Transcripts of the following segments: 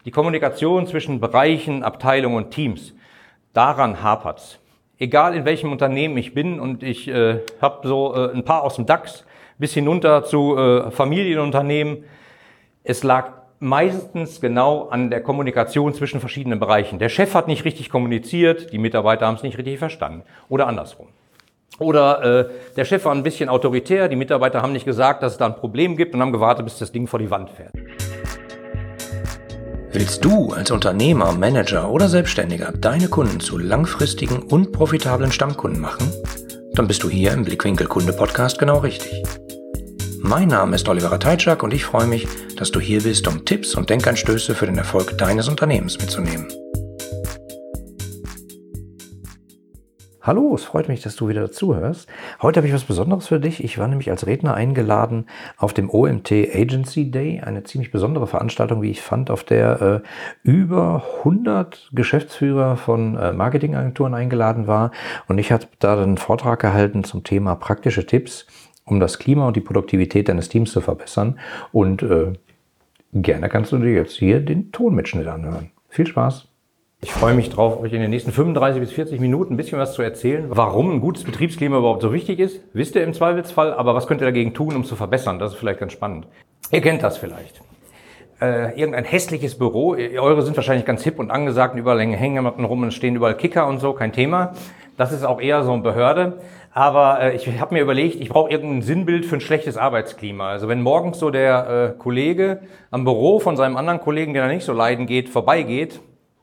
Die Kommunikation zwischen Bereichen, Abteilungen und Teams, daran hapert's. Egal in welchem Unternehmen ich bin und ich habe so ein paar aus dem DAX bis hinunter zu Familienunternehmen, es lag meistens genau an der Kommunikation zwischen verschiedenen Bereichen. Der Chef hat nicht richtig kommuniziert, die Mitarbeiter haben es nicht richtig verstanden oder andersrum. Oder der Chef war ein bisschen autoritär, die Mitarbeiter haben nicht gesagt, dass es da ein Problem gibt und haben gewartet, bis das Ding vor die Wand fährt. Willst du als Unternehmer, Manager oder Selbstständiger deine Kunden zu langfristigen und profitablen Stammkunden machen? Dann bist du hier im Blickwinkel Kunde Podcast genau richtig. Mein Name ist Oliver Ratajczak und ich freue mich, dass du hier bist, um Tipps und Denkanstöße für den Erfolg deines Unternehmens mitzunehmen. Hallo, es freut mich, dass du wieder dazuhörst. Heute habe ich was Besonderes für dich. Ich war nämlich als Redner eingeladen auf dem OMT Agency Day, eine ziemlich besondere Veranstaltung, wie ich fand, auf der über 100 Geschäftsführer von Marketingagenturen eingeladen war. Und ich habe da einen Vortrag gehalten zum Thema praktische Tipps, um das Klima und die Produktivität deines Teams zu verbessern. Und gerne kannst du dir jetzt hier den Tonmitschnitt anhören. Viel Spaß! Ich freue mich drauf, euch in den nächsten 35 bis 40 Minuten ein bisschen was zu erzählen, warum ein gutes Betriebsklima überhaupt so wichtig ist. Wisst ihr im Zweifelsfall, aber was könnt ihr dagegen tun, um es zu verbessern? Das ist vielleicht ganz spannend. Ihr kennt das vielleicht. Irgendein hässliches Büro, eure sind wahrscheinlich ganz hip und angesagt, überall hängen rum und stehen überall Kicker und so, kein Thema. Das ist auch eher so eine Behörde. Aber ich habe mir überlegt, ich brauche irgendein Sinnbild für ein schlechtes Arbeitsklima. Also wenn morgens so der Kollege am Büro von seinem anderen Kollegen, der da nicht so leiden geht, vorbeigeht,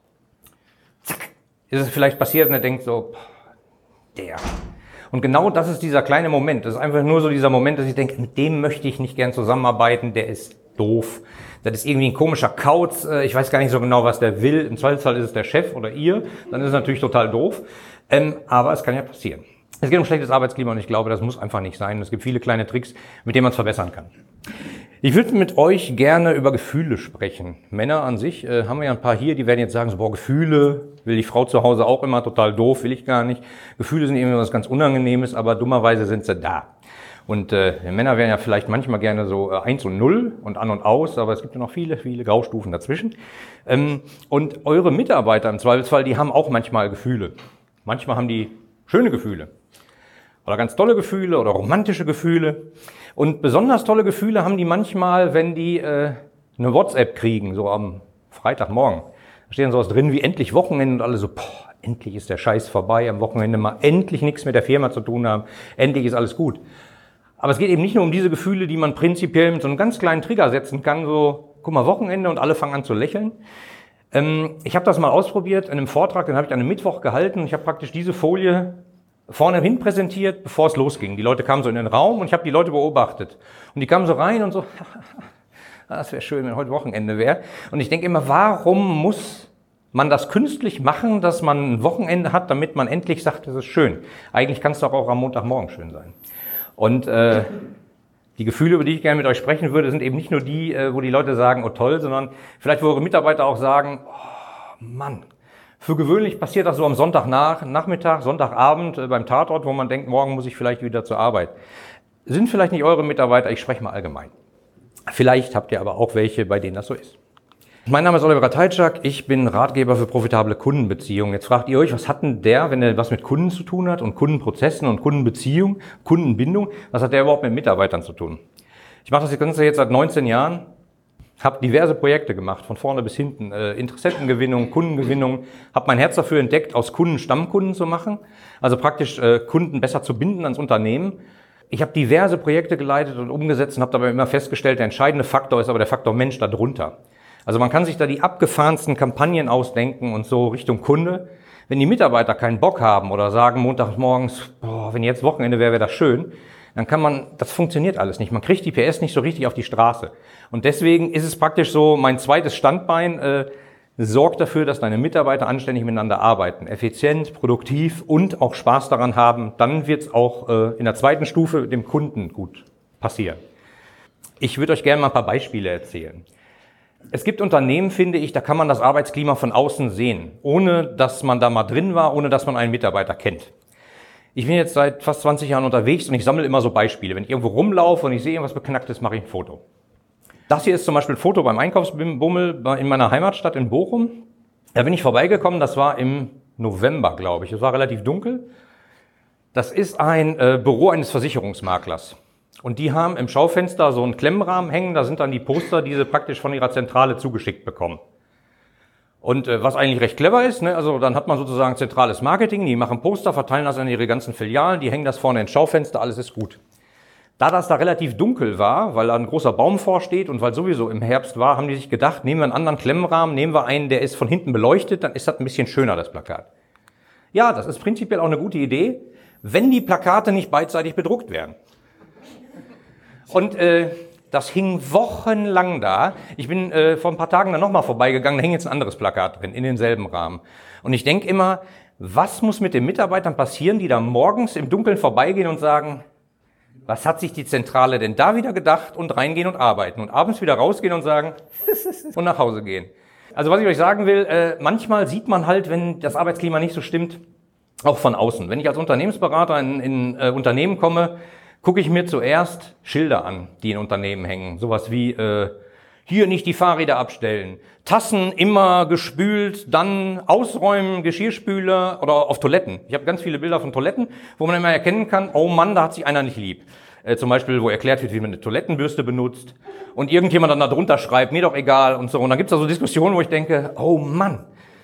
zack, ist es vielleicht passiert und er denkt so, der. Und genau das ist dieser kleine Moment. Das ist einfach nur so dieser Moment, dass ich denke, mit dem möchte ich nicht gern zusammenarbeiten, der ist doof. Das ist irgendwie ein komischer Kauz. Ich weiß gar nicht so genau, was der will. Im Zweifelsfall ist es der Chef oder ihr. Dann ist es natürlich total doof. Aber es kann ja passieren. Es geht um schlechtes Arbeitsklima und ich glaube, das muss einfach nicht sein. Es gibt viele kleine Tricks, mit denen man es verbessern kann. Ich würde mit euch gerne über Gefühle sprechen. Männer an sich haben wir ja ein paar hier, die werden jetzt sagen, so, boah, Gefühle will die Frau zu Hause auch immer, total doof, will ich gar nicht. Gefühle sind irgendwie was ganz Unangenehmes, aber dummerweise sind sie da. Und Männer wären ja vielleicht manchmal gerne so 1 und 0 und an und aus, aber es gibt ja noch viele, viele Graustufen dazwischen. Und eure Mitarbeiter im Zweifelsfall, die haben auch manchmal Gefühle. Manchmal haben die schöne Gefühle oder ganz tolle Gefühle oder romantische Gefühle. Und besonders tolle Gefühle haben die manchmal, wenn die eine WhatsApp kriegen, so am Freitagmorgen. Da steht dann sowas drin wie endlich Wochenende und alle so, boah, endlich ist der Scheiß vorbei, am Wochenende mal endlich nichts mit der Firma zu tun haben, endlich ist alles gut. Aber es geht eben nicht nur um diese Gefühle, die man prinzipiell mit so einem ganz kleinen Trigger setzen kann, so, guck mal, Wochenende und alle fangen an zu lächeln. Ich habe das mal ausprobiert in einem Vortrag, den habe ich an einem Mittwoch gehalten. Ich habe praktisch diese Folie vorne hin präsentiert, bevor es losging. Die Leute kamen so in den Raum und ich habe die Leute beobachtet. Und die kamen so rein und so, das wäre schön, wenn heute Wochenende wäre. Und ich denke immer, warum muss man das künstlich machen, dass man ein Wochenende hat, damit man endlich sagt, das ist schön. Eigentlich kann es doch auch am Montagmorgen schön sein. Und die Gefühle, über die ich gerne mit euch sprechen würde, sind eben nicht nur die, wo die Leute sagen, oh toll, sondern vielleicht, wo eure Mitarbeiter auch sagen, oh Mann. Für gewöhnlich passiert das so am Sonntagnachmittag, Sonntagabend beim Tatort, wo man denkt, morgen muss ich vielleicht wieder zur Arbeit. Sind vielleicht nicht eure Mitarbeiter, ich spreche mal allgemein. Vielleicht habt ihr aber auch welche, bei denen das so ist. Mein Name ist Oliver Ratajczak, ich bin Ratgeber für profitable Kundenbeziehungen. Jetzt fragt ihr euch, was hat denn der, wenn er was mit Kunden zu tun hat und Kundenprozessen und Kundenbeziehung, Kundenbindung, was hat der überhaupt mit Mitarbeitern zu tun? Ich mache das Ganze jetzt seit 19 Jahren. Habe diverse Projekte gemacht, von vorne bis hinten, Interessentengewinnung, Kundengewinnung, habe mein Herz dafür entdeckt, aus Kunden Stammkunden zu machen, also praktisch Kunden besser zu binden ans Unternehmen. Ich habe diverse Projekte geleitet und umgesetzt und habe dabei immer festgestellt, der entscheidende Faktor ist aber der Faktor Mensch darunter. Also man kann sich da die abgefahrensten Kampagnen ausdenken und so Richtung Kunde. Wenn die Mitarbeiter keinen Bock haben oder sagen montagsmorgens, boah, wenn jetzt Wochenende wäre, wäre das schön, dann kann man, das funktioniert alles nicht. Man kriegt die PS nicht so richtig auf die Straße. Und deswegen ist es praktisch so, mein zweites Standbein, sorgt dafür, dass deine Mitarbeiter anständig miteinander arbeiten. Effizient, produktiv und auch Spaß daran haben. Dann wird es auch in der zweiten Stufe dem Kunden gut passieren. Ich würde euch gerne mal ein paar Beispiele erzählen. Es gibt Unternehmen, finde ich, da kann man das Arbeitsklima von außen sehen, ohne dass man da mal drin war, ohne dass man einen Mitarbeiter kennt. Ich bin jetzt seit fast 20 Jahren unterwegs und ich sammle immer so Beispiele. Wenn ich irgendwo rumlaufe und ich sehe irgendwas Beknacktes, mache ich ein Foto. Das hier ist zum Beispiel ein Foto beim Einkaufsbummel in meiner Heimatstadt in Bochum. Da bin ich vorbeigekommen, das war im November, glaube ich. Es war relativ dunkel. Das ist ein Büro eines Versicherungsmaklers. Und die haben im Schaufenster so einen Klemmrahmen hängen, da sind dann die Poster, die sie praktisch von ihrer Zentrale zugeschickt bekommen. Und was eigentlich recht clever ist, ne, also dann hat man sozusagen zentrales Marketing, die machen Poster, verteilen das an ihre ganzen Filialen, die hängen das vorne ins Schaufenster, alles ist gut. Da das da relativ dunkel war, weil da ein großer Baum vorsteht und weil sowieso im Herbst war, haben die sich gedacht, nehmen wir einen anderen Klemmrahmen, nehmen wir einen, der ist von hinten beleuchtet, dann ist das ein bisschen schöner, das Plakat. Ja, das ist prinzipiell auch eine gute Idee, wenn die Plakate nicht beidseitig bedruckt werden. Und das hing wochenlang da. Ich bin vor ein paar Tagen dann nochmal vorbeigegangen, da hing jetzt ein anderes Plakat drin, in denselben Rahmen. Und ich denke immer, was muss mit den Mitarbeitern passieren, die da morgens im Dunkeln vorbeigehen und sagen, was hat sich die Zentrale denn da wieder gedacht und reingehen und arbeiten und abends wieder rausgehen und sagen und nach Hause gehen. Also was ich euch sagen will, manchmal sieht man halt, wenn das Arbeitsklima nicht so stimmt, auch von außen. Wenn ich als Unternehmensberater in Unternehmen komme, gucke ich mir zuerst Schilder an, die in Unternehmen hängen. Sowas wie, hier nicht die Fahrräder abstellen, Tassen immer gespült, dann ausräumen, Geschirrspüler oder auf Toiletten. Ich habe ganz viele Bilder von Toiletten, wo man immer erkennen kann, oh Mann, da hat sich einer nicht lieb. Zum Beispiel, wo erklärt wird, wie man eine Toilettenbürste benutzt und irgendjemand dann da drunter schreibt, mir doch egal und so. Und dann gibt es da so Diskussionen, wo ich denke, oh Mann.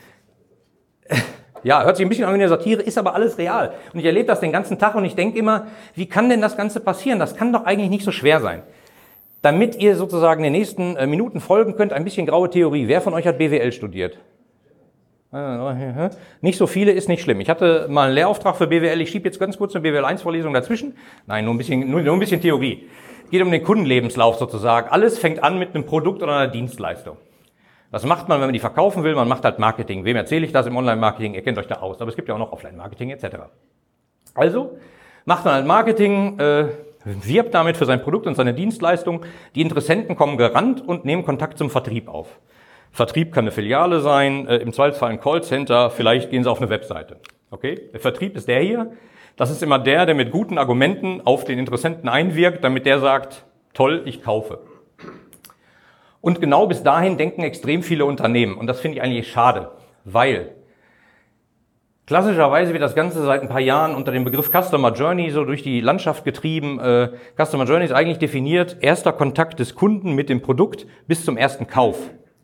Ja, hört sich ein bisschen an wie eine Satire, ist aber alles real. Und ich erlebe das den ganzen Tag und ich denke immer, wie kann denn das Ganze passieren? Das kann doch eigentlich nicht so schwer sein. Damit ihr sozusagen den nächsten Minuten folgen könnt, ein bisschen graue Theorie. Wer von euch hat BWL studiert? Nicht so viele, ist nicht schlimm. Ich hatte mal einen Lehrauftrag für BWL, ich schiebe jetzt ganz kurz eine BWL-1-Vorlesung dazwischen. Nein, nur ein bisschen Theorie. Es geht um den Kundenlebenslauf sozusagen. Alles fängt an mit einem Produkt oder einer Dienstleistung. Was macht man, wenn man die verkaufen will? Man macht halt Marketing. Wem erzähle ich das im Online-Marketing? Ihr kennt euch da aus. Aber es gibt ja auch noch Offline-Marketing etc. Also macht man halt Marketing, wirbt damit für sein Produkt und seine Dienstleistung. Die Interessenten kommen gerannt und nehmen Kontakt zum Vertrieb auf. Vertrieb kann eine Filiale sein, im Zweifelsfall ein Callcenter, vielleicht gehen sie auf eine Webseite. Okay? Der Vertrieb ist der hier. Das ist immer der mit guten Argumenten auf den Interessenten einwirkt, damit der sagt, toll, ich kaufe. Und genau bis dahin denken extrem viele Unternehmen. Und das finde ich eigentlich schade, weil klassischerweise wird das Ganze seit ein paar Jahren unter dem Begriff Customer Journey so durch die Landschaft getrieben. Customer Journey ist eigentlich definiert, erster Kontakt des Kunden mit dem Produkt bis zum ersten Kauf.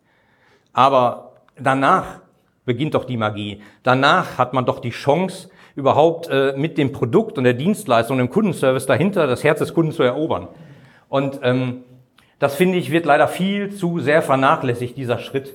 Aber danach beginnt doch die Magie. Danach hat man doch die Chance, überhaupt mit dem Produkt und der Dienstleistung und dem Kundenservice dahinter das Herz des Kunden zu erobern. Und das, finde ich, wird leider viel zu sehr vernachlässigt, dieser Schritt.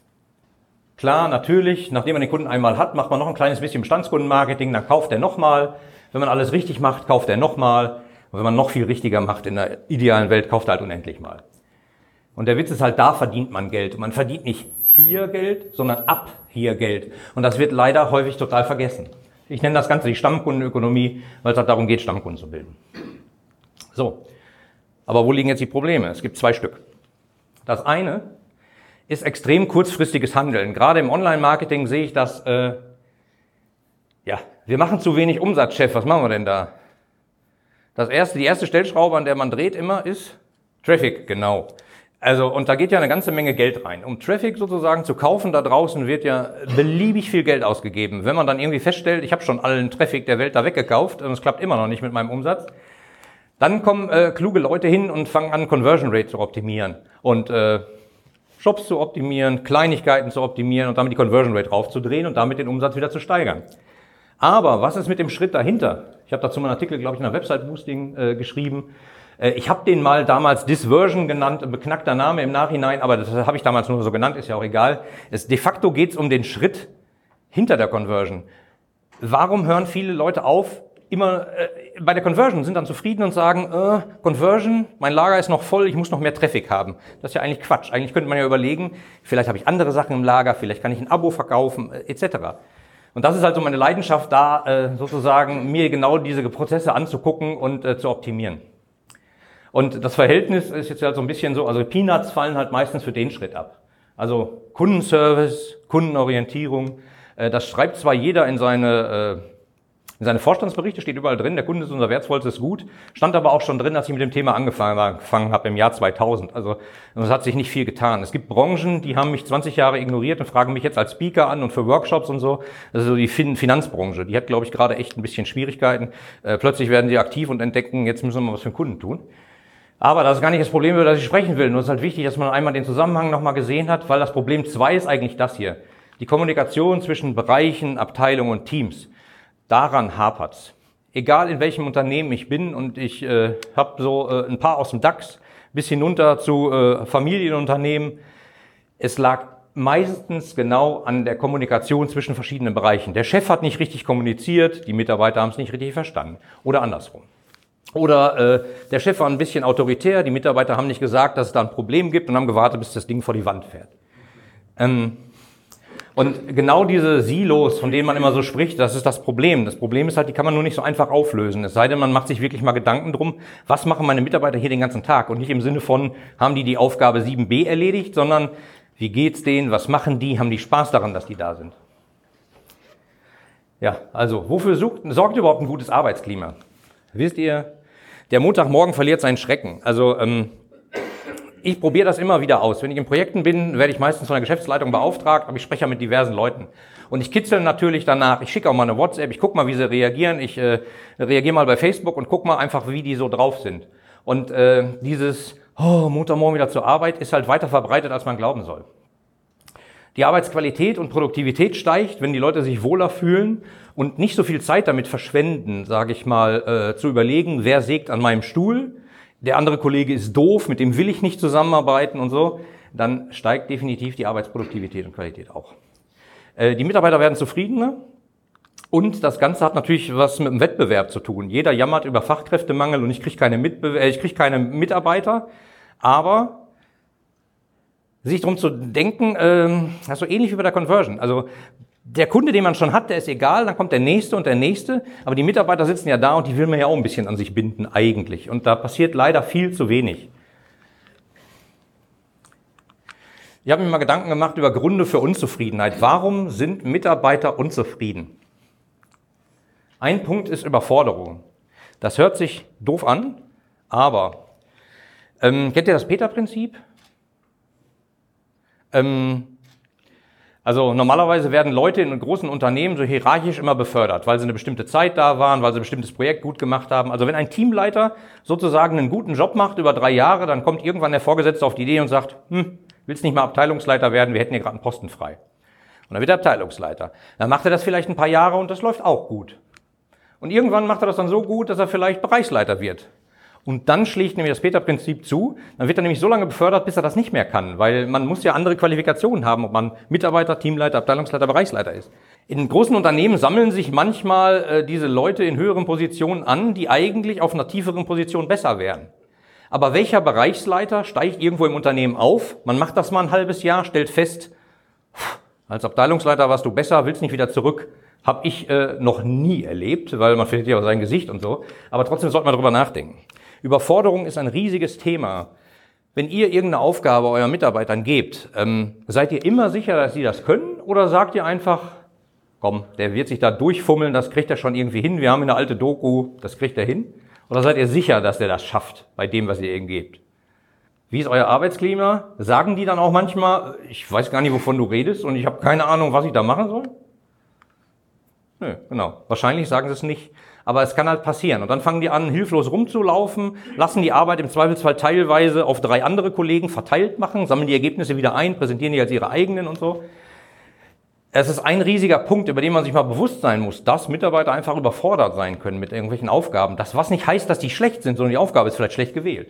Klar, natürlich, nachdem man den Kunden einmal hat, macht man noch ein kleines bisschen Bestandskundenmarketing, dann kauft er nochmal. Wenn man alles richtig macht, kauft er nochmal. Und wenn man noch viel richtiger macht in der idealen Welt, kauft er halt unendlich mal. Und der Witz ist halt, da verdient man Geld. Und man verdient nicht hier Geld, sondern ab hier Geld. Und das wird leider häufig total vergessen. Ich nenne das Ganze die Stammkundenökonomie, weil es halt darum geht, Stammkunden zu bilden. So. Aber wo liegen jetzt die Probleme? Es gibt 2 Stück. Das eine ist extrem kurzfristiges Handeln. Gerade im Online-Marketing sehe ich das, wir machen zu wenig Umsatz, Chef, was machen wir denn da? Die erste Stellschraube, an der man dreht immer, ist Traffic, genau. Also, und da geht ja eine ganze Menge Geld rein. Um Traffic sozusagen zu kaufen, da draußen wird ja beliebig viel Geld ausgegeben. Wenn man dann irgendwie feststellt, ich habe schon allen Traffic der Welt da weggekauft und es klappt immer noch nicht mit meinem Umsatz, dann kommen kluge Leute hin und fangen an, Conversion Rate zu optimieren und Shops zu optimieren, Kleinigkeiten zu optimieren und damit die Conversion Rate raufzudrehen und damit den Umsatz wieder zu steigern. Aber was ist mit dem Schritt dahinter? Ich habe dazu einen Artikel, glaube ich, in der Website Boosting geschrieben. Ich habe den mal damals Disversion genannt, ein beknackter Name im Nachhinein, aber das habe ich damals nur so genannt, ist ja auch egal. De facto geht es um den Schritt hinter der Conversion. Warum hören viele Leute auf, immer bei der Conversion, sind dann zufrieden und sagen, Conversion, mein Lager ist noch voll, ich muss noch mehr Traffic haben. Das ist ja eigentlich Quatsch. Eigentlich könnte man ja überlegen, vielleicht habe ich andere Sachen im Lager, vielleicht kann ich ein Abo verkaufen, etc. Und das ist halt so meine Leidenschaft da, sozusagen mir genau diese Prozesse anzugucken und zu optimieren. Und das Verhältnis ist jetzt halt so ein bisschen so, also Peanuts fallen halt meistens für den Schritt ab. Also Kundenservice, Kundenorientierung, das schreibt zwar jeder in seine Seine Vorstandsberichte steht überall drin, der Kunde ist unser wertvollstes Gut, stand aber auch schon drin, als ich mit dem Thema angefangen habe im Jahr 2000. Also es hat sich nicht viel getan. Es gibt Branchen, die haben mich 20 Jahre ignoriert und fragen mich jetzt als Speaker an und für Workshops und so. Das ist so die Finanzbranche, die hat, glaube ich, gerade echt ein bisschen Schwierigkeiten. Plötzlich werden sie aktiv und entdecken, jetzt müssen wir mal was für den Kunden tun. Aber das ist gar nicht das Problem, über das ich sprechen will. Nur es ist halt wichtig, dass man einmal den Zusammenhang nochmal gesehen hat, weil das Problem 2 ist eigentlich das hier. Die Kommunikation zwischen Bereichen, Abteilungen und Teams. Daran hapert's. Egal in welchem Unternehmen ich bin und ich habe so ein paar aus dem DAX bis hinunter zu Familienunternehmen. Es lag meistens genau an der Kommunikation zwischen verschiedenen Bereichen. Der Chef hat nicht richtig kommuniziert, die Mitarbeiter haben es nicht richtig verstanden oder andersrum. Oder der Chef war ein bisschen autoritär, die Mitarbeiter haben nicht gesagt, dass es da ein Problem gibt und haben gewartet, bis das Ding vor die Wand fährt. Und genau diese Silos, von denen man immer so spricht, das ist das Problem. Das Problem ist halt, die kann man nur nicht so einfach auflösen. Es sei denn, man macht sich wirklich mal Gedanken drum, was machen meine Mitarbeiter hier den ganzen Tag? Und nicht im Sinne von, haben die Aufgabe 7b erledigt, sondern wie geht's denen, was machen die, haben die Spaß daran, dass die da sind? Ja, also wofür sorgt überhaupt ein gutes Arbeitsklima? Wisst ihr, der Montagmorgen verliert seinen Schrecken. Also ich probiere das immer wieder aus. Wenn ich in Projekten bin, werde ich meistens von der Geschäftsleitung beauftragt, aber ich spreche ja mit diversen Leuten. Und ich kitzel natürlich danach, ich schicke auch mal eine WhatsApp, ich gucke mal, wie sie reagieren, ich reagiere mal bei Facebook und gucke mal einfach, wie die so drauf sind. Und dieses Montagmorgen wieder zur Arbeit ist halt weiter verbreitet, als man glauben soll. Die Arbeitsqualität und Produktivität steigt, wenn die Leute sich wohler fühlen und nicht so viel Zeit damit verschwenden, sage ich mal, zu überlegen, wer sägt an meinem Stuhl, der andere Kollege ist doof, mit dem will ich nicht zusammenarbeiten und so, dann steigt definitiv die Arbeitsproduktivität und Qualität auch. Die Mitarbeiter werden zufriedener und das Ganze hat natürlich was mit dem Wettbewerb zu tun. Jeder jammert über Fachkräftemangel und ich kriege keine Mitarbeiter, aber sich darum zu denken, das ist so ähnlich wie bei der Conversion. Also der Kunde, den man schon hat, der ist egal, dann kommt der nächste und der nächste, aber die Mitarbeiter sitzen ja da und die will man ja auch ein bisschen an sich binden eigentlich. Und da passiert leider viel zu wenig. Ich habe mir mal Gedanken gemacht über Gründe für Unzufriedenheit. Warum sind Mitarbeiter unzufrieden? Ein Punkt ist Überforderung. Das hört sich doof an, aber kennt ihr das Peter-Prinzip? Also normalerweise werden Leute in großen Unternehmen so hierarchisch immer befördert, weil sie eine bestimmte Zeit da waren, weil sie ein bestimmtes Projekt gut gemacht haben. Also wenn ein Teamleiter sozusagen einen guten Job macht über 3 Jahre, dann kommt irgendwann der Vorgesetzte auf die Idee und sagt, willst nicht mal Abteilungsleiter werden, wir hätten hier gerade einen Posten frei. Und dann wird er Abteilungsleiter. Dann macht er das vielleicht ein paar Jahre und das läuft auch gut. Und irgendwann macht er das dann so gut, dass er vielleicht Bereichsleiter wird. Und dann schlägt nämlich das Peter-Prinzip zu, dann wird er nämlich so lange befördert, bis er das nicht mehr kann, weil man muss ja andere Qualifikationen haben, ob man Mitarbeiter, Teamleiter, Abteilungsleiter, Bereichsleiter ist. In großen Unternehmen sammeln sich manchmal diese Leute in höheren Positionen an, die eigentlich auf einer tieferen Position besser wären. Aber welcher Bereichsleiter steigt irgendwo im Unternehmen auf? Man macht das mal ein halbes Jahr, stellt fest, als Abteilungsleiter warst du besser, willst nicht wieder zurück. Habe ich noch nie erlebt, weil man findet ja sein Gesicht und so. Aber trotzdem sollte man darüber nachdenken. Überforderung ist ein riesiges Thema. Wenn ihr irgendeine Aufgabe euren Mitarbeitern gebt, seid ihr immer sicher, dass sie das können? Oder sagt ihr einfach, komm, der wird sich da durchfummeln, das kriegt er schon irgendwie hin. Wir haben eine alte Doku, das kriegt er hin. Oder seid ihr sicher, dass der das schafft, bei dem, was ihr ihm gebt? Wie ist euer Arbeitsklima? Sagen die dann auch manchmal, ich weiß gar nicht, wovon du redest und ich habe keine Ahnung, was ich da machen soll? Nö, genau. Wahrscheinlich sagen sie es nicht. Aber es kann halt passieren. Und dann fangen die an, hilflos rumzulaufen, lassen die Arbeit im Zweifelsfall teilweise auf 3 andere Kollegen verteilt machen, sammeln die Ergebnisse wieder ein, präsentieren die als ihre eigenen und so. Es ist ein riesiger Punkt, über den man sich mal bewusst sein muss, dass Mitarbeiter einfach überfordert sein können mit irgendwelchen Aufgaben. Das was nicht heißt, dass die schlecht sind, sondern die Aufgabe ist vielleicht schlecht gewählt.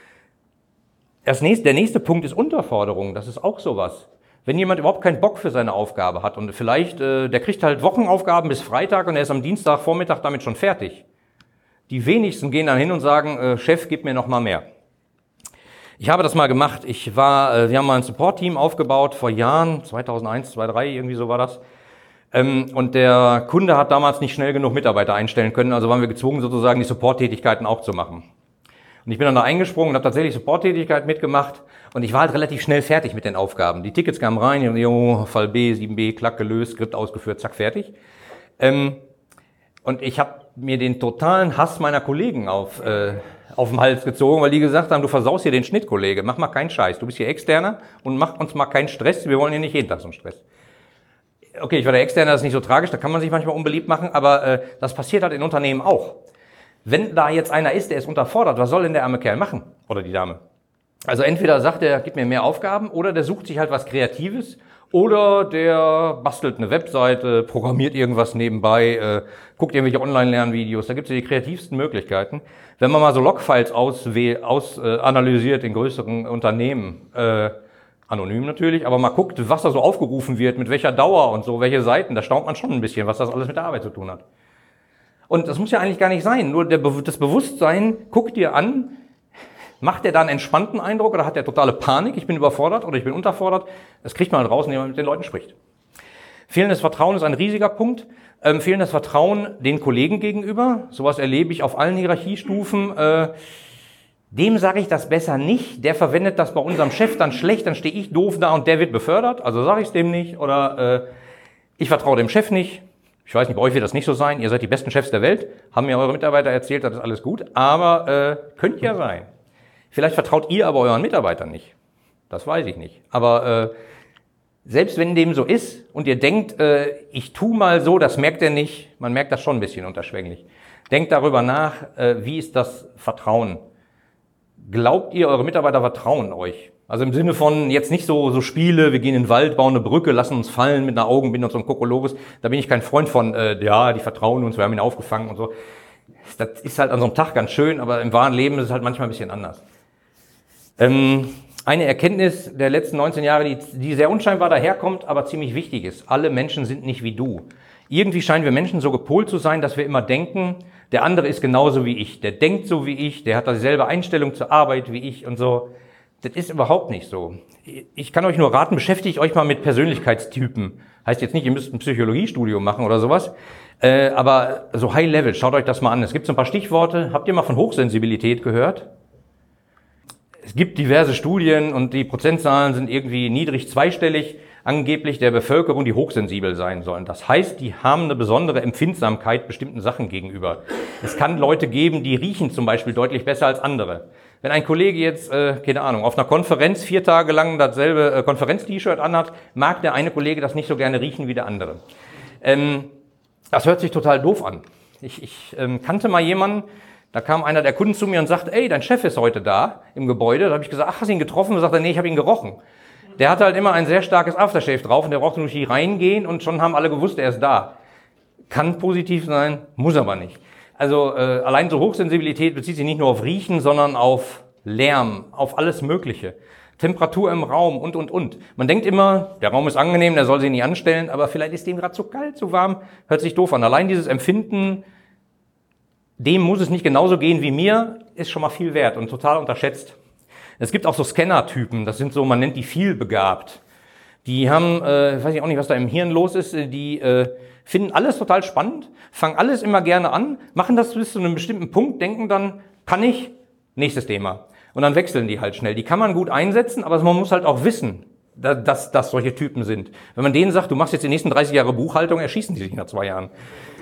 Der nächste Punkt ist Unterforderung. Das ist auch sowas. Wenn jemand überhaupt keinen Bock für seine Aufgabe hat und vielleicht, der kriegt halt Wochenaufgaben bis Freitag und er ist am Dienstagvormittag damit schon fertig. Die wenigsten gehen dann hin und sagen, Chef, gib mir noch mal mehr. Ich habe das mal gemacht. Wir haben mal ein Support-Team aufgebaut vor Jahren, 2001, 2003, irgendwie so war das. Und der Kunde hat damals nicht schnell genug Mitarbeiter einstellen können, also waren wir gezwungen, sozusagen die Support-Tätigkeiten auch zu machen. Und ich bin dann da eingesprungen und habe tatsächlich Support-Tätigkeit mitgemacht und ich war halt relativ schnell fertig mit den Aufgaben. Die Tickets kamen rein, Fall B, 7b, klack, gelöst, Skript ausgeführt, zack, fertig. Und ich habe mir den totalen Hass meiner Kollegen auf den Hals gezogen, weil die gesagt haben, du versaust hier den Schnitt, Kollege, mach mal keinen Scheiß. Du bist hier Externer und mach uns mal keinen Stress. Wir wollen hier nicht jeden Tag so einen Stress. Okay, ich war der Externe, das ist nicht so tragisch, da kann man sich manchmal unbeliebt machen, aber das passiert halt in Unternehmen auch. Wenn da jetzt einer ist, der ist unterfordert, was soll denn der arme Kerl machen? Oder die Dame? Also entweder sagt er, gib mir mehr Aufgaben, oder der sucht sich halt was Kreatives, oder der bastelt eine Webseite, programmiert irgendwas nebenbei, guckt irgendwelche Online-Lernvideos. Da gibt es ja die kreativsten Möglichkeiten. Wenn man mal so Logfiles analysiert in größeren Unternehmen, anonym natürlich, aber mal guckt, was da so aufgerufen wird, mit welcher Dauer und so, welche Seiten, da staunt man schon ein bisschen, was das alles mit der Arbeit zu tun hat. Und das muss ja eigentlich gar nicht sein, nur das Bewusstsein, guck dir an, macht der da einen entspannten Eindruck oder hat der totale Panik, ich bin überfordert oder ich bin unterfordert? Das kriegt man halt raus, indem man mit den Leuten spricht. Fehlendes Vertrauen ist ein riesiger Punkt. Fehlendes Vertrauen den Kollegen gegenüber. Sowas erlebe ich auf allen Hierarchiestufen. Dem sage ich das besser nicht. Der verwendet das bei unserem Chef dann schlecht, dann stehe ich doof da und der wird befördert. Also sage ich es dem nicht. Oder ich vertraue dem Chef nicht. Ich weiß nicht, bei euch wird das nicht so sein. Ihr seid die besten Chefs der Welt. Haben mir eure Mitarbeiter erzählt, das ist alles gut. Aber könnte ja sein. Vielleicht vertraut ihr aber euren Mitarbeitern nicht. Das weiß ich nicht. Aber selbst wenn dem so ist und ihr denkt, ich tue mal so, das merkt er nicht, man merkt das schon ein bisschen unterschwänglich. Denkt darüber nach, wie ist das Vertrauen? Glaubt ihr, eure Mitarbeiter vertrauen euch? Also im Sinne von jetzt nicht so Spiele, wir gehen in den Wald, bauen eine Brücke, lassen uns fallen mit einer Augenbinde und so einem Kokolores. Da bin ich kein Freund von, ja, die vertrauen uns, wir haben ihn aufgefangen und so. Das ist halt an so einem Tag ganz schön, aber im wahren Leben ist es halt manchmal ein bisschen anders. Eine Erkenntnis der letzten 19 Jahre, die sehr unscheinbar daherkommt, aber ziemlich wichtig ist. Alle Menschen sind nicht wie du. Irgendwie scheinen wir Menschen so gepolt zu sein, dass wir immer denken, der andere ist genauso wie ich. Der denkt so wie ich, der hat dieselbe Einstellung zur Arbeit wie ich und so. Das ist überhaupt nicht so. Ich kann euch nur raten, beschäftigt euch mal mit Persönlichkeitstypen. Heißt jetzt nicht, ihr müsst ein Psychologiestudium machen oder sowas. Aber so High Level, schaut euch das mal an. Es gibt so ein paar Stichworte. Habt ihr mal von Hochsensibilität gehört? Es gibt diverse Studien und die Prozentzahlen sind irgendwie niedrig zweistellig, angeblich der Bevölkerung, die hochsensibel sein sollen. Das heißt, die haben eine besondere Empfindsamkeit bestimmten Sachen gegenüber. Es kann Leute geben, die riechen zum Beispiel deutlich besser als andere. Wenn ein Kollege jetzt, keine Ahnung, auf einer Konferenz 4 Tage lang dasselbe Konferenz-T-Shirt anhat, mag der eine Kollege das nicht so gerne riechen wie der andere. Das hört sich total doof an. Ich kannte mal jemanden, da kam einer der Kunden zu mir und sagt, ey, dein Chef ist heute da im Gebäude. Da habe ich gesagt, ach, hast du ihn getroffen? Und sagt er, nee, ich habe ihn gerochen. Der hatte halt immer ein sehr starkes Aftershave drauf und der brauchte nur hier reingehen und schon haben alle gewusst, er ist da. Kann positiv sein, muss aber nicht. Also allein so Hochsensibilität bezieht sich nicht nur auf Riechen, sondern auf Lärm, auf alles Mögliche. Temperatur im Raum und. Man denkt immer, der Raum ist angenehm, der soll sich nicht anstellen, aber vielleicht ist dem gerade zu kalt, zu warm, hört sich doof an. Allein dieses Empfinden, dem muss es nicht genauso gehen wie mir, ist schon mal viel wert und total unterschätzt. Es gibt auch so Scanner-Typen, das sind so, man nennt die vielbegabt. Die haben, weiß ich auch nicht, was da im Hirn los ist, die finden alles total spannend, fangen alles immer gerne an, machen das bis zu einem bestimmten Punkt, denken dann, kann ich, nächstes Thema. Und dann wechseln die halt schnell. Die kann man gut einsetzen, aber man muss halt auch wissen, dass das solche Typen sind. Wenn man denen sagt, du machst jetzt die nächsten 30 Jahre Buchhaltung, erschießen die sich nach 2 Jahren.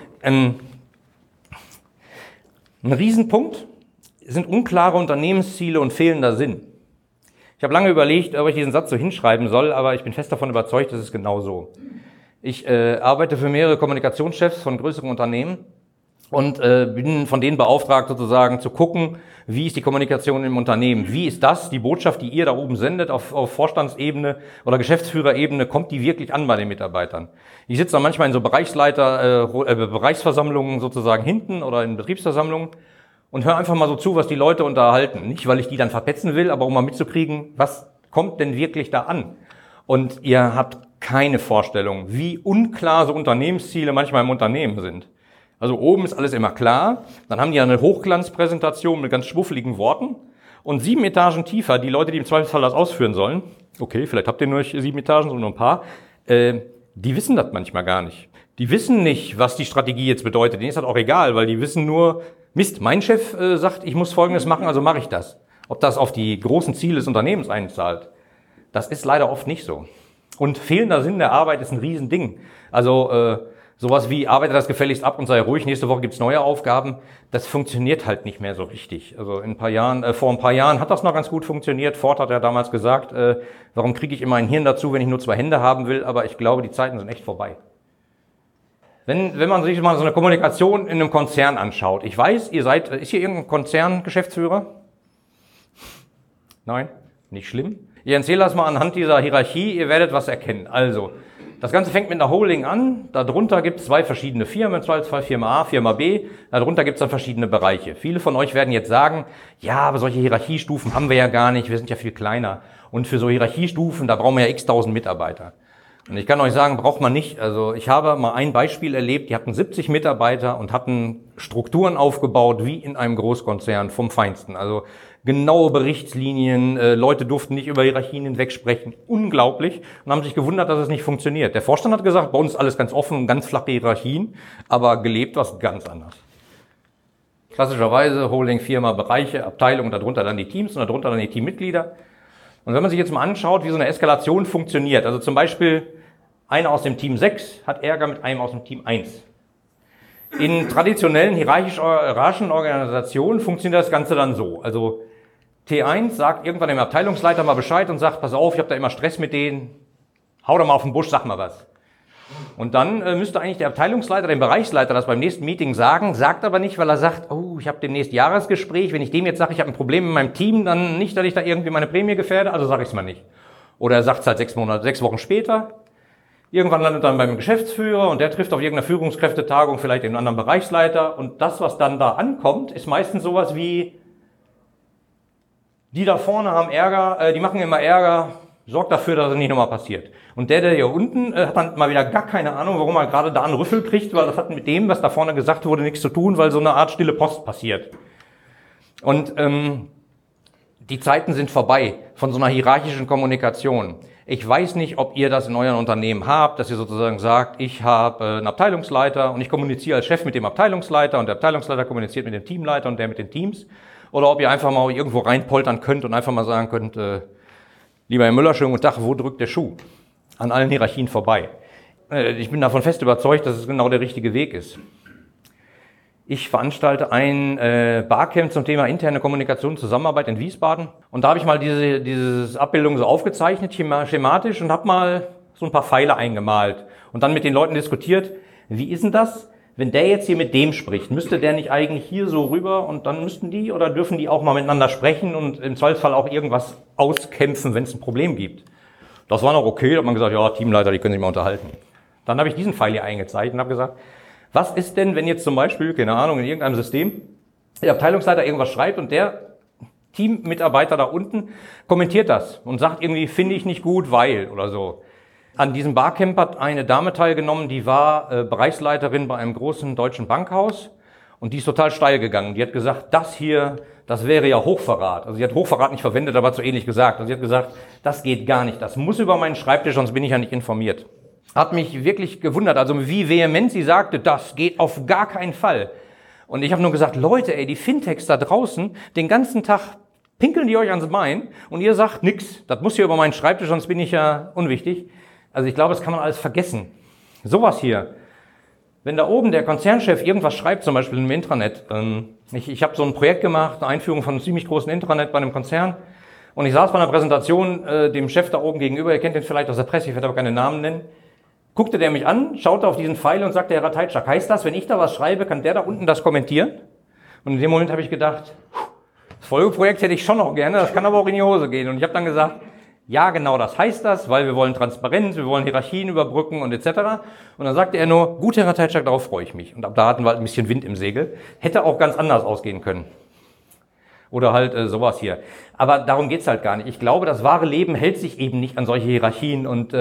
Ein Riesenpunkt sind unklare Unternehmensziele und fehlender Sinn. Ich habe lange überlegt, ob ich diesen Satz so hinschreiben soll, aber ich bin fest davon überzeugt, das ist genau so. Ich arbeite für mehrere Kommunikationschefs von größeren Unternehmen und bin von denen beauftragt, sozusagen zu gucken, wie ist die Kommunikation im Unternehmen? Wie ist das, die Botschaft, die ihr da oben sendet auf Vorstandsebene oder Geschäftsführerebene, kommt die wirklich an bei den Mitarbeitern? Ich sitze da manchmal in so Bereichsversammlungen sozusagen hinten oder in Betriebsversammlungen und höre einfach mal so zu, was die Leute unterhalten. Nicht, weil ich die dann verpetzen will, aber um mal mitzukriegen, was kommt denn wirklich da an? Und ihr habt keine Vorstellung, wie unklar so Unternehmensziele manchmal im Unternehmen sind. Also oben ist alles immer klar, dann haben die eine Hochglanzpräsentation mit ganz schwuffeligen Worten und 7 Etagen tiefer, die Leute, die im Zweifelsfall das ausführen sollen, okay, vielleicht habt ihr nur 7 Etagen, sondern nur ein paar, die wissen das manchmal gar nicht. Die wissen nicht, was die Strategie jetzt bedeutet, denen ist das auch egal, weil die wissen nur, Mist, mein Chef sagt, ich muss Folgendes machen, also mache ich das. Ob das auf die großen Ziele des Unternehmens einzahlt, das ist leider oft nicht so. Und fehlender Sinn der Arbeit ist ein Riesending. Also Sowas wie, arbeite das gefälligst ab und sei ruhig, nächste Woche gibt's neue Aufgaben, das funktioniert halt nicht mehr so richtig. Also vor ein paar Jahren hat das noch ganz gut funktioniert. Ford hat ja damals gesagt, warum kriege ich immer ein Hirn dazu, wenn ich nur 2 Hände haben will, aber ich glaube, die Zeiten sind echt vorbei. Wenn man sich mal so eine Kommunikation in einem Konzern anschaut, ich weiß, ist hier irgendein Konzerngeschäftsführer? Nein? Nicht schlimm. Ich erzähle das mal anhand dieser Hierarchie, ihr werdet was erkennen. Also, das Ganze fängt mit einer Holding an, darunter gibt es 2 verschiedene Firmen, im Zweifelsfall Firma A, Firma B, darunter gibt es dann verschiedene Bereiche. Viele von euch werden jetzt sagen, ja, aber solche Hierarchiestufen haben wir ja gar nicht, wir sind ja viel kleiner. Und für so Hierarchiestufen, da brauchen wir ja x-tausend Mitarbeiter. Und ich kann euch sagen, braucht man nicht. Also ich habe mal ein Beispiel erlebt, die hatten 70 Mitarbeiter und hatten Strukturen aufgebaut wie in einem Großkonzern vom Feinsten. Also genaue Berichtslinien, Leute durften nicht über Hierarchien hinweg sprechen. Unglaublich. Und haben sich gewundert, dass es nicht funktioniert. Der Vorstand hat gesagt, bei uns ist alles ganz offen und ganz flache Hierarchien, aber gelebt was ganz anders. Klassischerweise Holding, Firma, Bereiche, Abteilungen, darunter dann die Teams und darunter dann die Teammitglieder. Und wenn man sich jetzt mal anschaut, wie so eine Eskalation funktioniert, also zum Beispiel einer aus dem Team 6 hat Ärger mit einem aus dem Team 1. In traditionellen hierarchischen Organisationen funktioniert das Ganze dann so. Also T1 sagt irgendwann dem Abteilungsleiter mal Bescheid und sagt, pass auf, ich habe da immer Stress mit denen, hau doch mal auf den Busch, sag mal was. Und dann müsste eigentlich der Abteilungsleiter, dem Bereichsleiter das beim nächsten Meeting sagen, sagt aber nicht, weil er sagt, oh, ich habe demnächst Jahresgespräch, wenn ich dem jetzt sage, ich habe ein Problem mit meinem Team, dann nicht, dass ich da irgendwie meine Prämie gefährde, also sage ich es mal nicht. Oder er sagt es halt 6 Wochen später. Irgendwann landet dann beim Geschäftsführer und der trifft auf irgendeiner Führungskräftetagung vielleicht den anderen Bereichsleiter und das, was dann da ankommt, ist meistens sowas wie, die da vorne haben Ärger, die machen immer Ärger, sorgt dafür, dass es nicht nochmal passiert. Und der hier unten hat dann mal wieder gar keine Ahnung, warum er gerade da einen Rüffel kriegt, weil das hat mit dem, was da vorne gesagt wurde, nichts zu tun, weil so eine Art stille Post passiert. Und die Zeiten sind vorbei von so einer hierarchischen Kommunikation. Ich weiß nicht, ob ihr das in euren Unternehmen habt, dass ihr sozusagen sagt, ich habe einen Abteilungsleiter und ich kommuniziere als Chef mit dem Abteilungsleiter und der Abteilungsleiter kommuniziert mit dem Teamleiter und der mit den Teams. Oder ob ihr einfach mal irgendwo reinpoltern könnt und einfach mal sagen könnt, lieber Herr Müller, schönen guten Tag, wo drückt der Schuh? An allen Hierarchien vorbei. Ich bin davon fest überzeugt, dass es genau der richtige Weg ist. Ich veranstalte ein Barcamp zum Thema interne Kommunikation und Zusammenarbeit in Wiesbaden. Und da habe ich mal diese Abbildung so aufgezeichnet, schematisch, und habe mal so ein paar Pfeile eingemalt. Und dann mit den Leuten diskutiert, wie ist denn das, wenn der jetzt hier mit dem spricht? Müsste der nicht eigentlich hier so rüber und dann müssten die oder dürfen die auch mal miteinander sprechen und im Zweifelsfall auch irgendwas auskämpfen, wenn es ein Problem gibt? Das war noch okay, da hat man gesagt, ja, Teamleiter, die können sich mal unterhalten. Dann habe ich diesen Pfeil hier eingezeichnet und habe gesagt, was ist denn, wenn jetzt zum Beispiel, keine Ahnung, in irgendeinem System der Abteilungsleiter irgendwas schreibt und der Teammitarbeiter da unten kommentiert das und sagt irgendwie, finde ich nicht gut, weil oder so. An diesem Barcamp hat eine Dame teilgenommen, die war Bereichsleiterin bei einem großen deutschen Bankhaus und die ist total steil gegangen. Die hat gesagt, das hier, das wäre ja Hochverrat. Also sie hat Hochverrat nicht verwendet, aber so ähnlich gesagt. Also sie hat gesagt, das geht gar nicht, das muss über meinen Schreibtisch, sonst bin ich ja nicht informiert. Hat mich wirklich gewundert, also wie vehement sie sagte, das geht auf gar keinen Fall. Und ich habe nur gesagt, Leute, ey, die Fintechs da draußen, den ganzen Tag pinkeln die euch ans Bein und ihr sagt nix, das muss hier über meinen Schreibtisch, sonst bin ich ja unwichtig. Also ich glaube, das kann man alles vergessen. Sowas hier. Wenn da oben der Konzernchef irgendwas schreibt, zum Beispiel im Intranet, ich habe so ein Projekt gemacht, eine Einführung von einem ziemlich großen Intranet bei einem Konzern und ich saß bei einer Präsentation dem Chef da oben gegenüber, ihr kennt den vielleicht aus der Presse, ich werde aber keine Namen nennen, guckte der mich an, schaute auf diesen Pfeil und sagte, Herr Rateitschak, heißt das, wenn ich da was schreibe, kann der da unten das kommentieren? Und in dem Moment habe ich gedacht, das Folgeprojekt hätte ich schon noch gerne, das kann aber auch in die Hose gehen. Und ich habe dann gesagt, ja, genau das heißt das, weil wir wollen Transparenz, wir wollen Hierarchien überbrücken und etc. Und dann sagte er nur, gut, Herr Rateitschak, darauf freue ich mich. Und ab da hatten wir halt ein bisschen Wind im Segel. Hätte auch ganz anders ausgehen können. Oder halt sowas hier. Aber darum geht's halt gar nicht. Ich glaube, das wahre Leben hält sich eben nicht an solche Hierarchien und